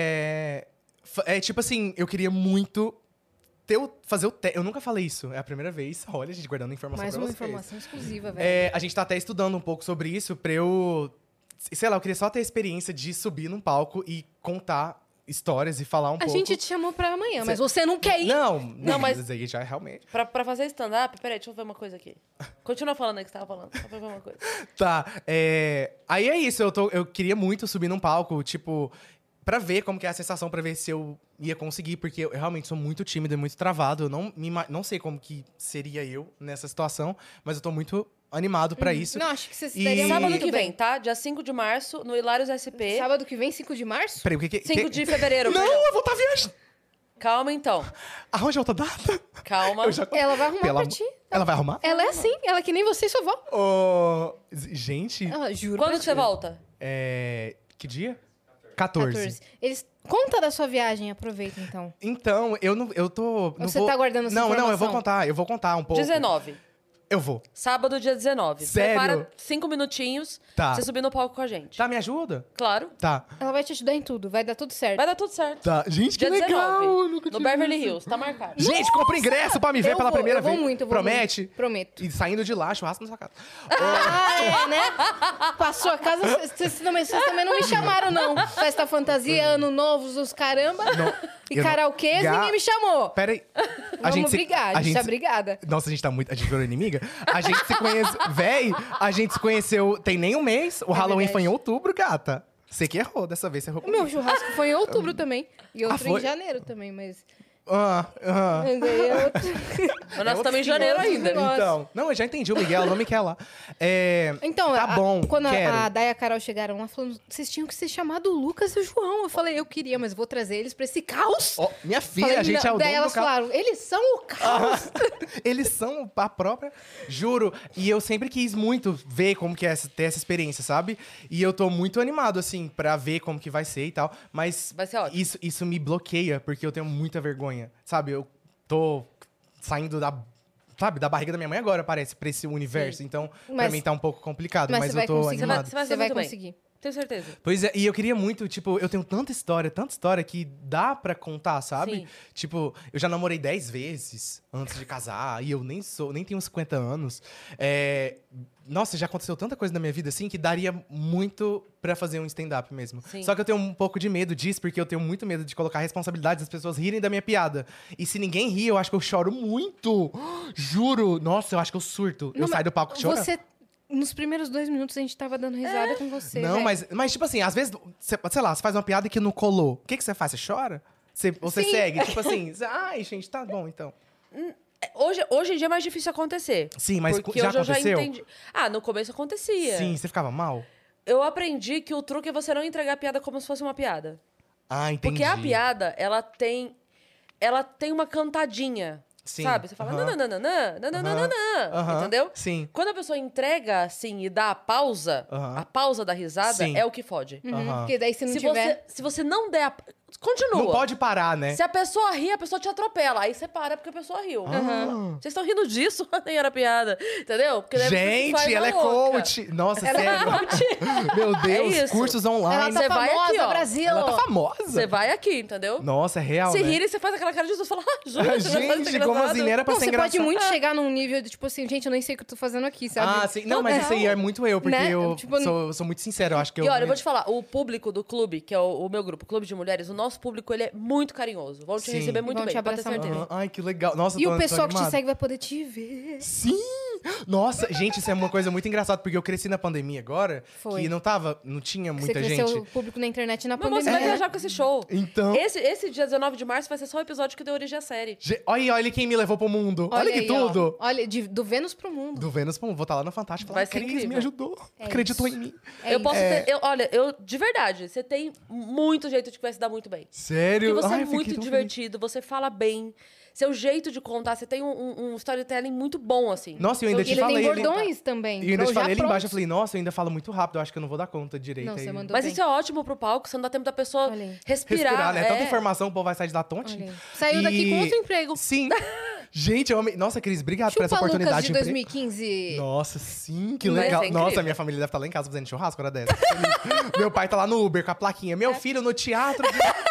É... fa- É tipo assim, eu queria muito ter o... fazer o teste. Eu nunca falei isso, é a primeira vez. Olha, a gente guardando informação Mais pra uma vocês. informação exclusiva, velho. É, a gente tá até estudando um pouco sobre isso pra eu... Sei lá, eu queria só ter a experiência de subir num palco e contar histórias e falar um A pouco. gente te chamou pra amanhã, mas Cê- você não quer ir. Não, Não, não, mas- mas aí já é realmente... Pra, pra fazer stand-up, peraí, deixa eu ver uma coisa aqui. Continua falando aí que você tava falando, só pra ver uma coisa. Tá, é... Aí é isso, eu, tô, eu queria muito subir num palco, tipo, pra ver como que é a sensação, pra ver se eu ia conseguir, porque eu realmente sou muito tímido e muito travado, eu não, me, ima- não sei como que seria eu nessa situação, mas eu tô muito animado pra isso. Não, acho que você se E- daria Sábado muito que bem. vem, tá? Dia cinco de março, no Hilários S P. Sábado que vem, cinco de março? Peraí, o que que... cinco que- de fevereiro, Não, perdão. eu vou estar viajando! Calma, então. Arranja outra data? Calma. Eu já- Ela vai arrumar Pela- pra ti. Ela vai arrumar? Ela é assim, ela é que nem você e sua avó. Ô, gente, Ela, juro Quando pra que você ti. volta? é... Que dia? quatorze. quatorze. Eles... Conta da sua viagem, aproveita então. Então, eu não... Eu tô... Não Você vou... tá guardando essa Não, não, eu vou informação? contar. Eu vou contar um pouco. dezenove. Eu vou. Sábado, dia dezenove. Sério? Prepara cinco minutinhos Tá. pra você subir no palco com a gente. Tá, me ajuda? Claro. Tá. Ela vai te ajudar em tudo, vai dar tudo certo. Vai dar tudo certo. Tá. Gente, que Dia legal! dezenove. Nunca No tive Beverly isso. Hills. Tá marcado. Gente, compra ingresso pra me ver Eu pela vou, primeira eu vou vez. muito, eu vou Promete? muito. Prometo. E saindo de lá, churrasco na sua casa. Ah, é, né? Passou a casa, vocês também, vocês também não me chamaram, não. Festa fantasia, ano novo, os caramba. E eu não- karaokês, Ga- ninguém me chamou. Pera aí. A Vamos se- brigar, a gente tá se- brigada. Nossa, a gente tá muito... A gente virou inimiga? A gente se conhece... Véi, a gente se conheceu tem nem um mês. O Halloween verdade. foi em outubro, gata. Você que errou. Dessa vez você errou O meu comigo. churrasco foi em outubro também. E outro Ah, foi? em janeiro também, mas... Ah, ah. Mas aí é outro... Mas É nós outro estamos em janeiro negócio. ainda. negócio. Então, não, eu já entendi o Miguel, não me quer lá. É, Então, tá a- bom, quando a- quero. a Day e a Carol chegaram lá, falando, vocês tinham que ser chamado o Lucas e o João. Eu falei, eu queria, mas vou trazer eles pra esse caos. Ó, minha filha, Falei, a gente não. é o Daí dono elas do carro. falaram, eles são o caos. Eles são a própria... Juro. E eu sempre quis muito ver como que é essa- ter essa experiência, sabe? E eu tô muito animado, assim, pra ver como que vai ser e tal. Mas Vai ser ótimo. isso, isso me bloqueia, porque eu tenho muita vergonha. Sabe? Eu tô saindo da... Sabe, da barriga da minha mãe agora, parece, pra esse universo. Então, pra Mas- mim tá um pouco complicado, mas mas, você eu vai tô conseguir. Você vai, animado. você vai, Você ser vai muito bem. conseguir. Tenho certeza. Pois é, e eu queria muito, tipo, eu tenho tanta história, tanta história que dá pra contar, sabe? Sim. Tipo, eu já namorei dez vezes antes de casar, e eu nem sou, nem tenho cinquenta anos. É, Nossa, já aconteceu tanta coisa na minha vida, assim, que daria muito pra fazer um stand-up mesmo. Sim. Só que eu tenho um pouco de medo disso, porque eu tenho muito medo de colocar a responsabilidade das pessoas rirem da minha piada. E se ninguém ri, eu acho que eu choro muito. Juro. Nossa, eu acho que eu surto. eu Não, saio do palco chorando. Você, nos primeiros dois minutos, a gente tava dando risada com você. Não, velho. mas, mas, tipo assim, às vezes, cê- sei lá, você faz uma piada que não colou. O que, que você faz? Você chora? Você, ou você Sim. segue? Tipo assim, cê- ai, gente, tá bom, então. Hoje, hoje em dia é mais difícil acontecer. Sim, mas porque já hoje eu aconteceu? já entendi. Ah, no começo acontecia. Sim, você ficava mal? Eu aprendi que o truque é você não entregar a piada como se fosse uma piada. Ah, entendi. Porque a piada, ela tem. Ela tem uma cantadinha. Sim, Sabe? Você fala aham. nananana, nananana, Aham, entendeu? Sim. Quando a pessoa entrega assim e dá a pausa, Aham. a pausa da risada Sim. é o que fode. Uhum, Aham. Porque daí se não Se tiver... você, se você não der a. Continua. Não pode parar, né? Se a pessoa ri, a pessoa te atropela. Aí você para porque a pessoa riu. Ah. Vocês estão rindo disso? Nem era piada. Entendeu? Porque daí você se faz Gente, a ela é louca. coach. Nossa, Ela é sério. coach. Meu Deus, É isso. cursos Ela online. tá Você vai famosa, aqui, ó. Brasil. Ela tá famosa. Você vai aqui, entendeu? Nossa, é real, Se né? rirem, você faz aquela cara de Jesus e fala, ah, juro, você vai fazer Gente, como engraçado. assim? Não era pra Não, ser você engraçado. pode muito chegar num nível de, tipo assim, gente, eu nem sei o que eu tô fazendo aqui, sabe? Ah, sim. Não, mas isso aí é muito eu, porque Né? eu Tipo, sou, sou muito sincero. Eu acho que eu... E olha, eu vou te falar, o público do clube, que é o, o meu grupo, o Clube de Mulheres, o nosso público, ele é muito carinhoso. Vão te Sim. receber muito Vão bem, te pode ter abraçar muito certeza. Aham. Ai, que legal. Nossa, E tô, o tô pessoal que te animado. segue vai poder te ver. Sim! Nossa, gente, isso é uma coisa muito engraçada, porque eu cresci na pandemia agora, Foi. que não tava, não tinha Você muita cresceu gente. o público na internet e na Mas você pandemia. vai É. viajar com esse show. Então, Esse, esse dia dezenove de março vai ser só o episódio que deu origem à série. ge- olha, olha quem me levou pro mundo. Olha, que aí, ó. tudo. Olha, de- do Vênus pro mundo. Do Vênus, pô, vou estar lá no Fantástico e Vai falar, ser Cris, incrível. me ajudou. É Acreditou isso. em mim. É eu posso isso. ter. Eu, olha, eu, de verdade, você tem muito jeito de que vai se dar muito bem. Sério? Porque você Ai, é eu fiquei muito tão divertido, você fala bem. Seu jeito de contar, você tem um, um- um storytelling muito bom, assim. feliz. Nossa, eu ainda E te ele falei. tem ali- bordões também. E eu ainda te já falei ali embaixo, eu prontos. falei, nossa, eu ainda falo muito rápido, eu acho que eu não vou dar conta direito. Não, aí. você mandou Mas bem. isso é ótimo pro palco, você não dá tempo da pessoa Olha aí. respirar. Respirar, né? é. Tanta informação, o povo vai sair de lá Olha tontinho. aí. Saiu daqui E- com outro emprego. Sim. Gente, eu amei. Nossa, Cris, obrigado por essa Chupa Lucas oportunidade de emprego. dois mil e quinze. Nossa, sim, que Vai legal. ser incrível. Nossa, minha família deve estar lá em casa fazendo churrasco hora dessa. Meu pai tá lá no Uber com a plaquinha. Meu filho no teatro.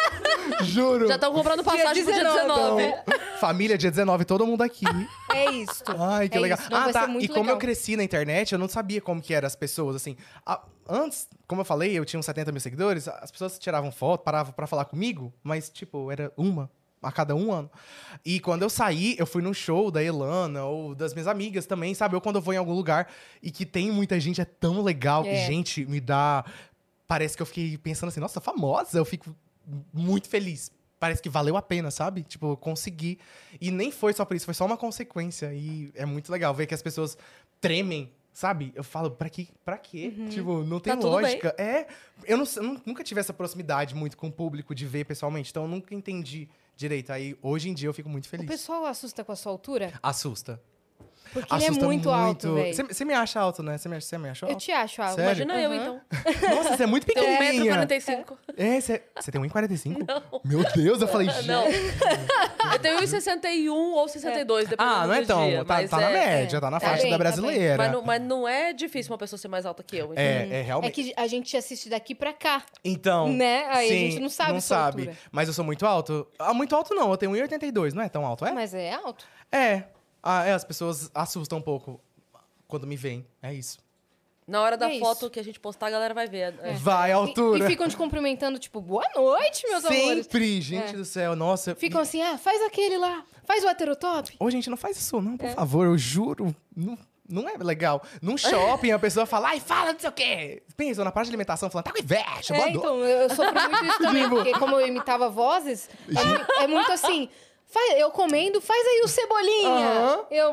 de- Juro. Já estão comprando passagem pro dia dezenove. dezenove. Então, família, dia dezenove, todo mundo aqui. É isso. Ai, que É legal. isso. Não, Ah, vai tá. ser muito E como legal. eu cresci na internet, eu não sabia como que eram as pessoas, assim. A- Antes, como eu falei, eu tinha uns setenta mil seguidores, as pessoas tiravam foto, paravam pra falar comigo, mas, tipo, era uma a cada um ano. E quando eu saí, eu fui num show da Elana ou das minhas amigas também, sabe? Ou quando eu vou em algum lugar e que tem muita gente, é tão legal que, É. gente, me dá... Parece que eu fiquei pensando assim, nossa, famosa, eu fico muito feliz. Parece que valeu a pena, sabe? Tipo, eu consegui. E nem foi só por isso, foi só uma consequência. E é muito legal ver que as pessoas tremem, sabe? Eu falo, pra quê? Pra quê? Tipo, não tem Tá tudo lógica. É, eu, não, eu nu- nunca tive essa proximidade muito com o público de ver pessoalmente, então eu nunca entendi direito. Aí, hoje em dia, eu fico muito O feliz. pessoal assusta com a sua altura? Assusta. Porque Assusta ele é muito, alto, velho. Você me acha alto, né? Você me, cê me acha Eu alto? te acho alto. Sério? Imagina eu, Uhum. então. Nossa, você é muito Tem um metro e pequenininha. quarenta e cinco. É, você tem um e quarenta e cinco? Meu Deus, eu falei, gente. Não. Eu tenho um e sessenta e um ou sessenta e dois, dependendo Ah, não é do tão. dia, Tá, mas tá na é- média, tá na Tá faixa bem, da tá bem. brasileira. Mas não, mas não é difícil uma pessoa ser mais alta que eu. Então. É, é É realmente. que a gente assiste daqui pra cá. Então. Né? Aí a sim, gente não sabe Não sua sabe. altura. Mas eu sou muito alto. Ah, muito alto não, eu tenho um e oitenta e dois, não é tão alto, é? Mas é alto. É. Ah, é, as pessoas assustam um pouco quando me veem. É isso. Na hora da É foto isso. que a gente postar, a galera vai ver. É. Vai, a E, altura. e ficam te cumprimentando, tipo, boa noite, meus amores. Sempre, gente É. do céu. Nossa. Ficam assim, ah, faz aquele lá. Faz o heterotop. Ô, gente, não faz isso não, É. por favor, eu juro. Não, não é legal. Num shopping, a pessoa fala, ai, fala, não sei o quê. Pensa, na parte de alimentação, falando, tá com inveja, É, boa noite. então, eu sofro muito isso também, porque como eu imitava vozes, é, mu- é muito assim, faz, eu comendo, faz aí o Cebolinha. Aham. Eu...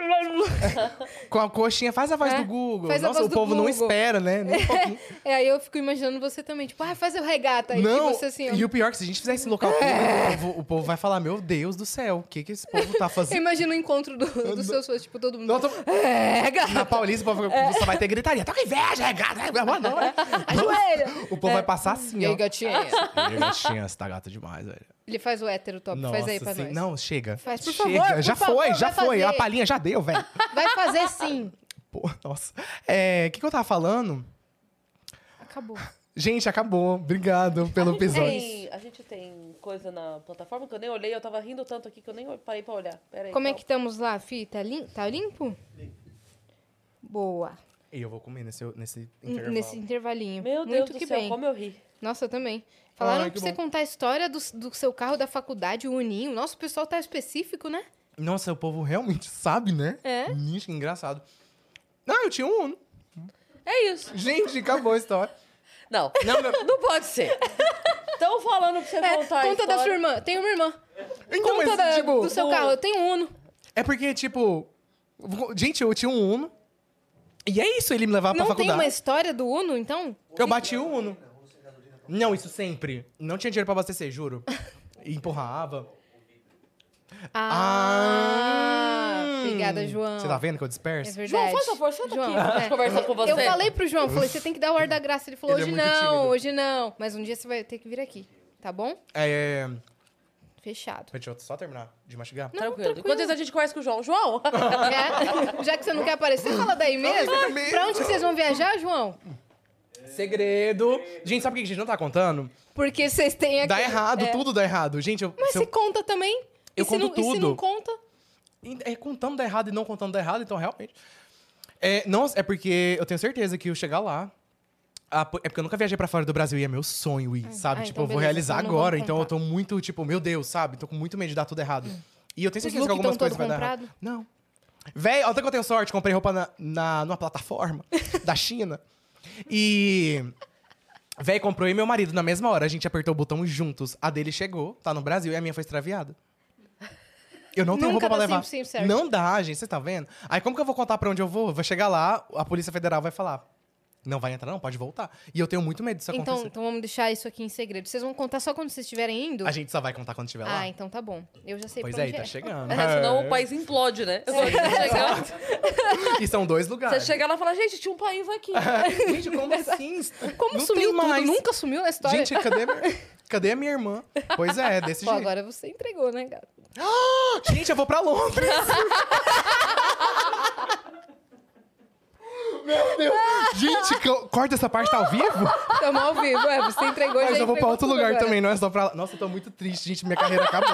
Com a coxinha, faz a voz É, do Google. faz a Nossa, voz o do povo não Google. espera, né? Nem um pouquinho. É, aí eu fico imaginando você também, tipo, ah, faz o regata aí, Não, que você assim... ó. e o pior é que se a gente fizer esse local público, o, povo, o povo vai falar, meu Deus do céu, o que que esse povo tá Eu fazendo? imagino o encontro do, dos seus fãs, tipo, todo mundo... Não, eu tô- É, gata, Na Paulista, o povo só vai ter gritaria. Tá com inveja, regata. Boa noite. ajoelha. O povo vai passar assim, E aí, ó. gatinha? E aí, gatinha, você tá gata demais, velho. Ele faz o hétero top, faz aí pra sim. nós. Não, chega. Faz, por chega. favor, por já favor, foi, já vai foi. fazer. A palhinha já deu, velho. Vai fazer sim. Pô, nossa. É, o que, que eu tava falando? Acabou. Gente, acabou. Obrigado pelo a gente episódio. tem, a gente tem coisa na plataforma que eu nem olhei, eu tava rindo tanto aqui que eu nem parei pra olhar. Pera aí, Como é calma. que estamos lá, Fi? Tá, lim tá limpo? Boa. E eu vou comer nesse, nesse intervalo. Nesse intervalinho. Meu Deus Muito do que céu, bem. como eu ri. Nossa, eu também. Falaram Ai, pra que você bom. contar a história do, do seu carro da faculdade, o Uninho. Nossa, o pessoal tá específico, né? Nossa, o povo realmente sabe, né? É. Nicho, que engraçado. Não, eu tinha um Uno. É isso. Gente, acabou a história. Não, Não, não. não pode ser. Estão falando pra você É, contar a conta da história. sua irmã. Tem uma irmã. Então, Conta mas, da- tipo, do seu carro. Eu tenho um Uno. é porque, tipo... Gente, eu tinha um Uno. E é isso, ele me levava pra Não tem faculdade. uma história do Uno, então? Eu bati o Uno. Não, isso sempre. Não tinha dinheiro pra abastecer, juro. E empurrava. Ah, Ah. obrigada, João. Você tá vendo que eu É disperso? verdade. João, faz favor, senta João, aqui. Deixa eu conversar com você. Eu falei pro João, falei, você tem que dar o ar da graça. Ele falou, Ele é hoje muito não, tímido. hoje não. Mas um dia você vai ter que vir aqui, tá bom? É... Fechado. Deixa eu só terminar de mastigar. Não, Tranquilo. tranquilo. Enquanto isso, a gente conversa com o João. João! É? Já que você não quer aparecer, fala daí mesmo. Fala mesmo. Pra onde que vocês vão viajar, João? Segredo. Gente, sabe por que a gente não tá contando? Porque vocês têm aqui... Dá errado, é. tudo dá errado. Gente, eu... Mas se você eu- conta também? Eu e se conto não, E se tudo. não conta? É contando dá errado e não contando dá errado, então realmente. É, não, é porque eu tenho certeza que eu chegar lá. a po- é porque eu nunca viajei pra fora do Brasil e é meu sonho ir, sabe? ah, tipo, então eu vou beleza, realizar então não agora. vamos Então eu contar. tô muito, tipo, meu Deus, sabe? Tô com muito medo de dar tudo errado. E eu tenho Os certeza que looks algumas tão coisas todo vai dar errado. comprado? Não. Véi, até que eu tenho sorte, comprei roupa na, na, numa plataforma da China. E. Véi, comprou eu e meu marido na mesma hora. A gente apertou o botão juntos. A dele chegou, tá no Brasil, e a minha foi extraviada. Eu não tenho Nunca roupa pra dá levar. cem por cento certo. Não dá, gente, você tá vendo? Aí como que eu vou contar pra onde eu vou? Vai chegar lá, a Polícia Federal vai falar. Não vai entrar, não, pode voltar. E eu tenho muito medo disso Então, acontecer. então vamos deixar isso aqui em segredo. Vocês vão contar só quando vocês estiverem indo? A gente só vai contar quando estiver lá. Ah, então tá bom. Eu já sei Pois pra é, onde tá é. chegando. É, senão o país implode, né? Você chega, E são dois você lugares. chega lá e fala, gente, tinha um país aqui. Gente, como assim? Como Não sumiu tem tudo? mais. Nunca sumiu na história? Gente, cadê, minha- cadê a minha irmã? Pois é, desse Pô, jeito. agora você entregou, né, gato? Gente, eu vou pra Londres. Meu Deus. Gente, co- corta essa parte, tá ao vivo? Tamo ao vivo, é. Você entregou Mas já eu vou pra entregou outro tudo lugar agora. também, não é só pra lá. Nossa, eu tô muito triste, gente. Minha carreira acabou.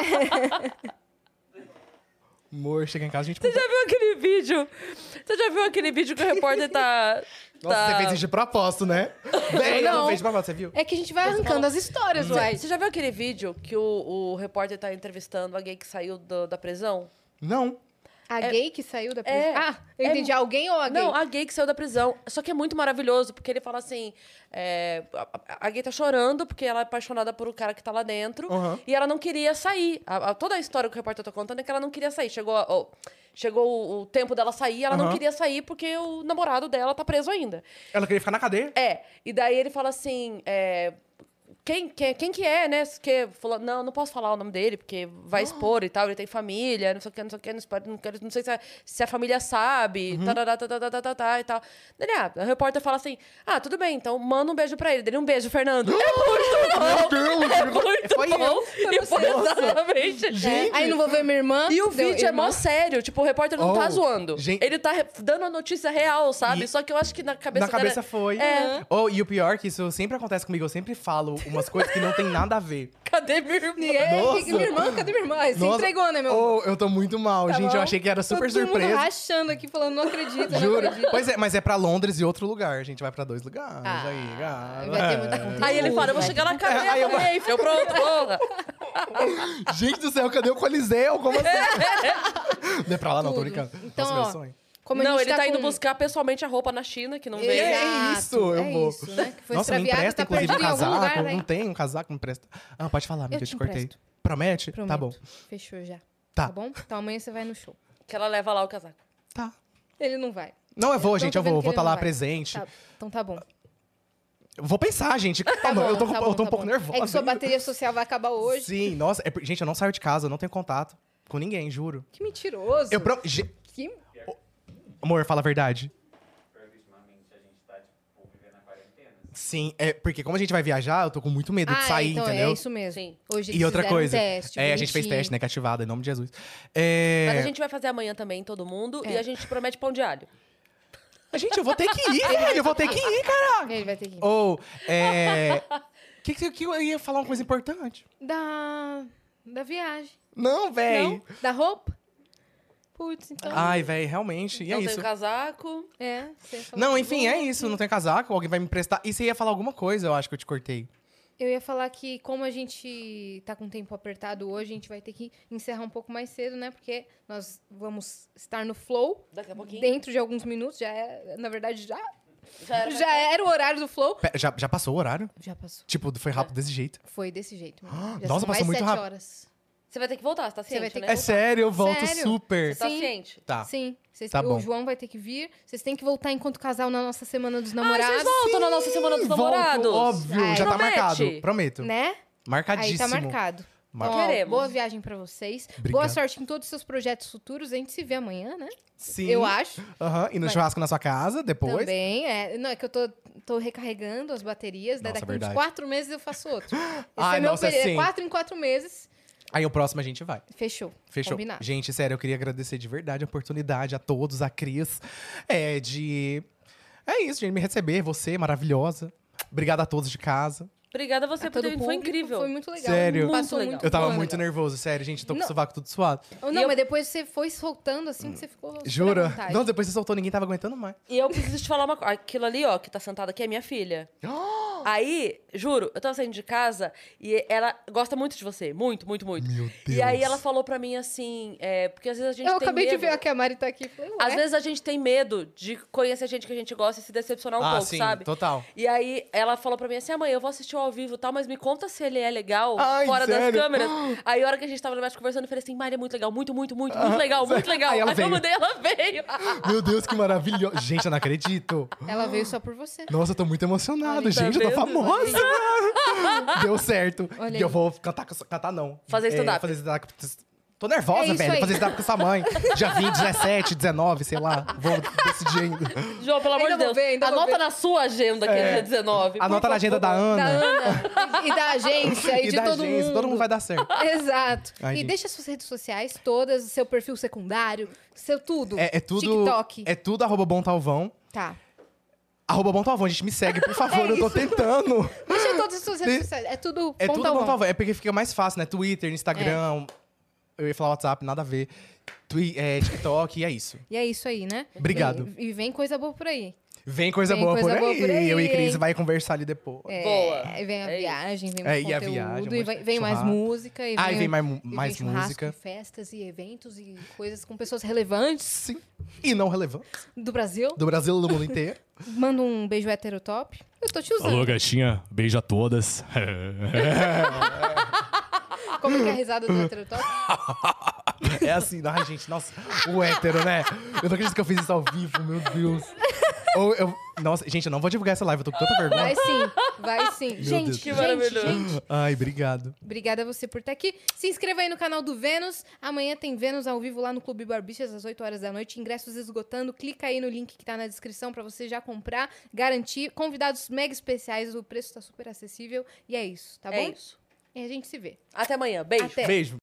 Amor, chega em casa, a gente... Você já viu aquele vídeo? Você já viu aquele vídeo que o repórter tá... Nossa, tá... você fez isso de propósito, né? Bem, eu não Não. fez de propósito, você viu? É que a gente vai arrancando as histórias, uai. Você já viu aquele vídeo que o, o repórter tá entrevistando a gay que saiu do- da prisão? Não. A gay que saiu da prisão. É. Ah, eu É- entendi. Alguém ou a gay? Não, a gay que saiu da prisão. Só que é muito maravilhoso, porque ele fala assim... é, a, a- a gay tá chorando porque ela é apaixonada por o cara que tá lá dentro. Uhum. E ela não queria sair. A- a- toda a história que o repórter tá contando é que ela não queria sair. Chegou, a- ó, chegou o, o tempo dela sair, ela não Uhum. queria sair porque o namorado dela tá preso ainda. Ela queria ficar na cadeia? É, e daí ele fala assim, é, quem, quem, quem que é, né? Que falou, não, não posso falar o nome dele, porque vai expor e tal, ele tem família, não sei o que, não sei o que, não, pode, não, quero, não sei se a, se a família sabe, uhum. tarará, tarará, tarará, tarará, e tal. Daí, ah, o repórter fala assim, ah, tudo bem, então manda um beijo pra ele. Dele um beijo, Fernando. É muito bom! É muito foi bom! Eu. E foi exatamente. Gente. Aí não vou ver minha irmã. E o vídeo é mó sério, tipo, o repórter não oh, tá zoando. Gente. Ele tá dando a notícia real, sabe? E... Só que eu acho que na cabeça Na cabeça dela... foi. É. Oh, e o pior é que isso sempre acontece comigo, eu sempre falo umas coisas que não tem nada a ver. Cadê minha irmã? É, minha irmã, cadê minha irmã? Você Nossa. entregou, né, meu Oh, eu tô muito mal, tá gente. Bom? Eu achei que era super Todo surpresa. Mundo rachando aqui, falando, não acredito, Juro. não acredito. Pois é, mas é pra Londres e outro lugar. A gente vai pra dois lugares. Ah, aí, cara. vai ter muita conteúdo. Aí ele fala, eu vou chegar na cadeia, é, aí eu vou... Eiffel, pronto, porra. Gente do céu, cadê o Coliseu? Como assim? Não é pra lá, não, tô brincando. Então, Nossa, meu ó, sonho. Como não, a ele tá, tá com... indo buscar pessoalmente a roupa na China, que não veio. É isso, eu é vou. Isso, né? Que foi Nossa, me empresta, tá inclusive, um casaco. Lugar, não tem um casaco, me empresta. Ah, pode falar, amiga, eu te, te cortei. Promete? Prometo. Tá bom. Fechou já. Tá. Tá bom? Então amanhã você vai no show. Que ela leva lá o casaco. Tá. Ele não vai. Não, eu vou, eu gente, eu vou. Vou estar tá lá vai. presente. Tá. Então tá bom. Eu vou pensar, gente. Tá Calma, bom, eu tô, tá eu bom, tô um tá pouco bom. nervosa. É que sua bateria social vai acabar hoje. Sim, nossa. É, gente, eu não saio de casa, eu não tenho contato com ninguém, juro. Que mentiroso. Eu pro... Ge... Que... Amor, fala a verdade. Ultimamente a gente tá, tipo, vivendo a quarentena. Sim, é porque como a gente vai viajar, eu tô com muito medo ah, de sair, então entendeu? É isso mesmo. Sim. Hoje e outra coisa, um teste, é, a gente fez teste negativado, em nome de Jesus. É... Mas a gente vai fazer amanhã também, todo mundo, é. e a gente promete pão de alho. Gente, eu vou ter que ir, velho. Eu vou ter que ir, cara. Ele vai ter que ir. Ou, é... que, que, que eu ia falar uma coisa importante? Da... Da viagem. Não, velho. Da roupa? Putz, então... Ai, velho, realmente. E não é tem isso. casaco. É. Você Não, enfim, é isso. Não tem casaco, alguém vai me emprestar. E você ia falar alguma coisa, eu acho que eu te cortei. Eu ia falar que, como a gente tá com o tempo apertado hoje, a gente vai ter que encerrar um pouco mais cedo, né? Porque nós vamos estar no Flow. Daqui a pouquinho. Dentro de alguns minutos. Já é, na verdade, já... Já era, já era o horário do Flow. Pera, já, já passou o horário? Já passou. Tipo, foi rápido desse jeito. Foi desse jeito. Mesmo. Já Nossa, são passou mais muito sete rápido. horas. Você vai ter que voltar, você tá Você ciente, vai ter né? que É sério, eu volto Sério? super. Você tá Sim. ciente? Tá. Sim. Vocês, Tá o bom. João vai ter que vir. Vocês têm que voltar enquanto casal na nossa Semana dos Ah, Namorados. vocês voltam na nossa Semana dos Volto, Namorados? óbvio, Ai, já tá promete? marcado. Prometo. Né? Marcadíssimo. Aí tá marcado. Mar- Então, ó, Queremos. boa viagem pra vocês. Obrigado. Boa sorte em todos os seus projetos futuros. A gente se vê amanhã, né? Sim. Eu acho. Aham, e no Mas- churrasco na sua casa, depois. Também. É. Não, é que eu tô, tô recarregando as baterias. Né? Nossa, Daqui verdade. uns quatro meses eu faço outro. Esse Ai, é meu nossa, período. sim. Quatro em quatro meses. Aí o próximo a gente vai. Fechou. Fechou. Combinado. Gente, sério, eu queria agradecer de verdade a oportunidade a todos, a Cris, é, de... É isso, gente, me receber, você, maravilhosa. Obrigado a todos de casa. Obrigada a você A por ter todo vindo, foi público, incrível. Foi muito legal. Sério? Passou Muito muito legal. Eu tava bom. muito nervoso, sério, gente, tô com Não. o sovaco tudo suado. Oh, não, E eu- mas depois você foi soltando assim que você ficou. super à Jura? vontade. Não, depois você soltou, ninguém tava aguentando mais. E eu preciso te falar uma coisa. Aquilo ali, ó, que tá sentada aqui é minha filha. Aí, juro, eu tava saindo de casa e ela gosta muito de você. Muito, muito, muito. Meu E aí Deus. ela falou pra mim assim, é, porque às vezes a gente Eu tem acabei medo. de ver que a Mari tá aqui. Falei, ué. Às vezes a gente tem medo de conhecer gente que a gente gosta e se decepcionar um ah, pouco, sim, sabe? total. E aí ela falou pra mim assim, ah, mãe, eu vou assistir ao vivo e tal, mas me conta se ele é legal Ai, fora sério? das câmeras. Aí a hora que a gente tava no médico conversando, eu falei assim, Mari, é muito legal, muito, muito, muito, muito legal, muito legal. Aí ela eu veio. mandei, ela veio. Meu Deus, que maravilhoso. Gente, eu não acredito. Ela veio só por você. Nossa, eu tô muito emocionado, Olha, tá gente, eu tô vendo? famosa. Deu certo. Olha e eu aí. vou cantar, com- cantar não. Fazer stand-up. fazer stand-up. Tô nervosa, É isso velho. aí. Fazer stand-up com essa mãe. Já vim dezessete, dezenove, sei lá. Vou decidir ainda. João, pelo amor Ainda de vou Deus, ver, ainda vou anota ver. na sua agenda que é dia dezenove. por Anota na agenda da favor. Da Ana. Ana e da agência e, E de da todo agência. mundo. Todo mundo vai dar certo. Exato. Ai, e gente. deixa suas redes sociais todas, seu perfil secundário, seu tudo. É, é tudo. TikTok. É tudo arroba Bom Talvão. Tá. Arroba Bom Talvão, gente, me segue, por favor. eu tô tentando. Deixa todas as suas redes De- sociais. É tudo É tudo ponta Bom on. Talvão. É porque fica mais fácil, né? Twitter, Instagram. Eu ia falar WhatsApp, nada a ver. Twi é, TikTok, e é isso. E é isso aí, né? Obrigado. E, e vem coisa boa por aí. Vem coisa, Vem boa, coisa por boa aí. por aí, Eu e Cris hein? vai conversar ali depois. É, Boa. Aí vem a É isso. viagem, vem É, mais e a conteúdo, viagem, um e monte vem, de vem mais churrasco. música. E Ah, vem, e vem mais, e vem mais churrasco, música. e festas e eventos e coisas com pessoas relevantes Sim. E não relevante. do Brasil. Do Brasil e do mundo inteiro. Manda um beijo heterotop. Eu tô te usando. Alô, gatinha. Beijo a todas. Como que é a risada do heterotop? É assim, ai, gente, nossa, o hétero, né? Eu não acredito que eu fiz isso ao vivo, meu Deus. Ou eu. Nossa, gente, eu não vou divulgar essa live, eu tô com tanta vergonha. Vai sim. Vai sim. Meu gente, Deus. Que gente, maravilhoso. gente. Ai, obrigado. Obrigada a você por estar aqui. Se inscreva aí no canal do Vênus. Amanhã tem Vênus ao vivo lá no Clube Barbixas às oito horas da noite. Ingressos esgotando. Clica aí no link que tá na descrição pra você já comprar, garantir. Convidados mega especiais, o preço tá super acessível. E é isso, tá bom? É isso. E a gente se vê. Até amanhã. Beijo. Até. Beijo.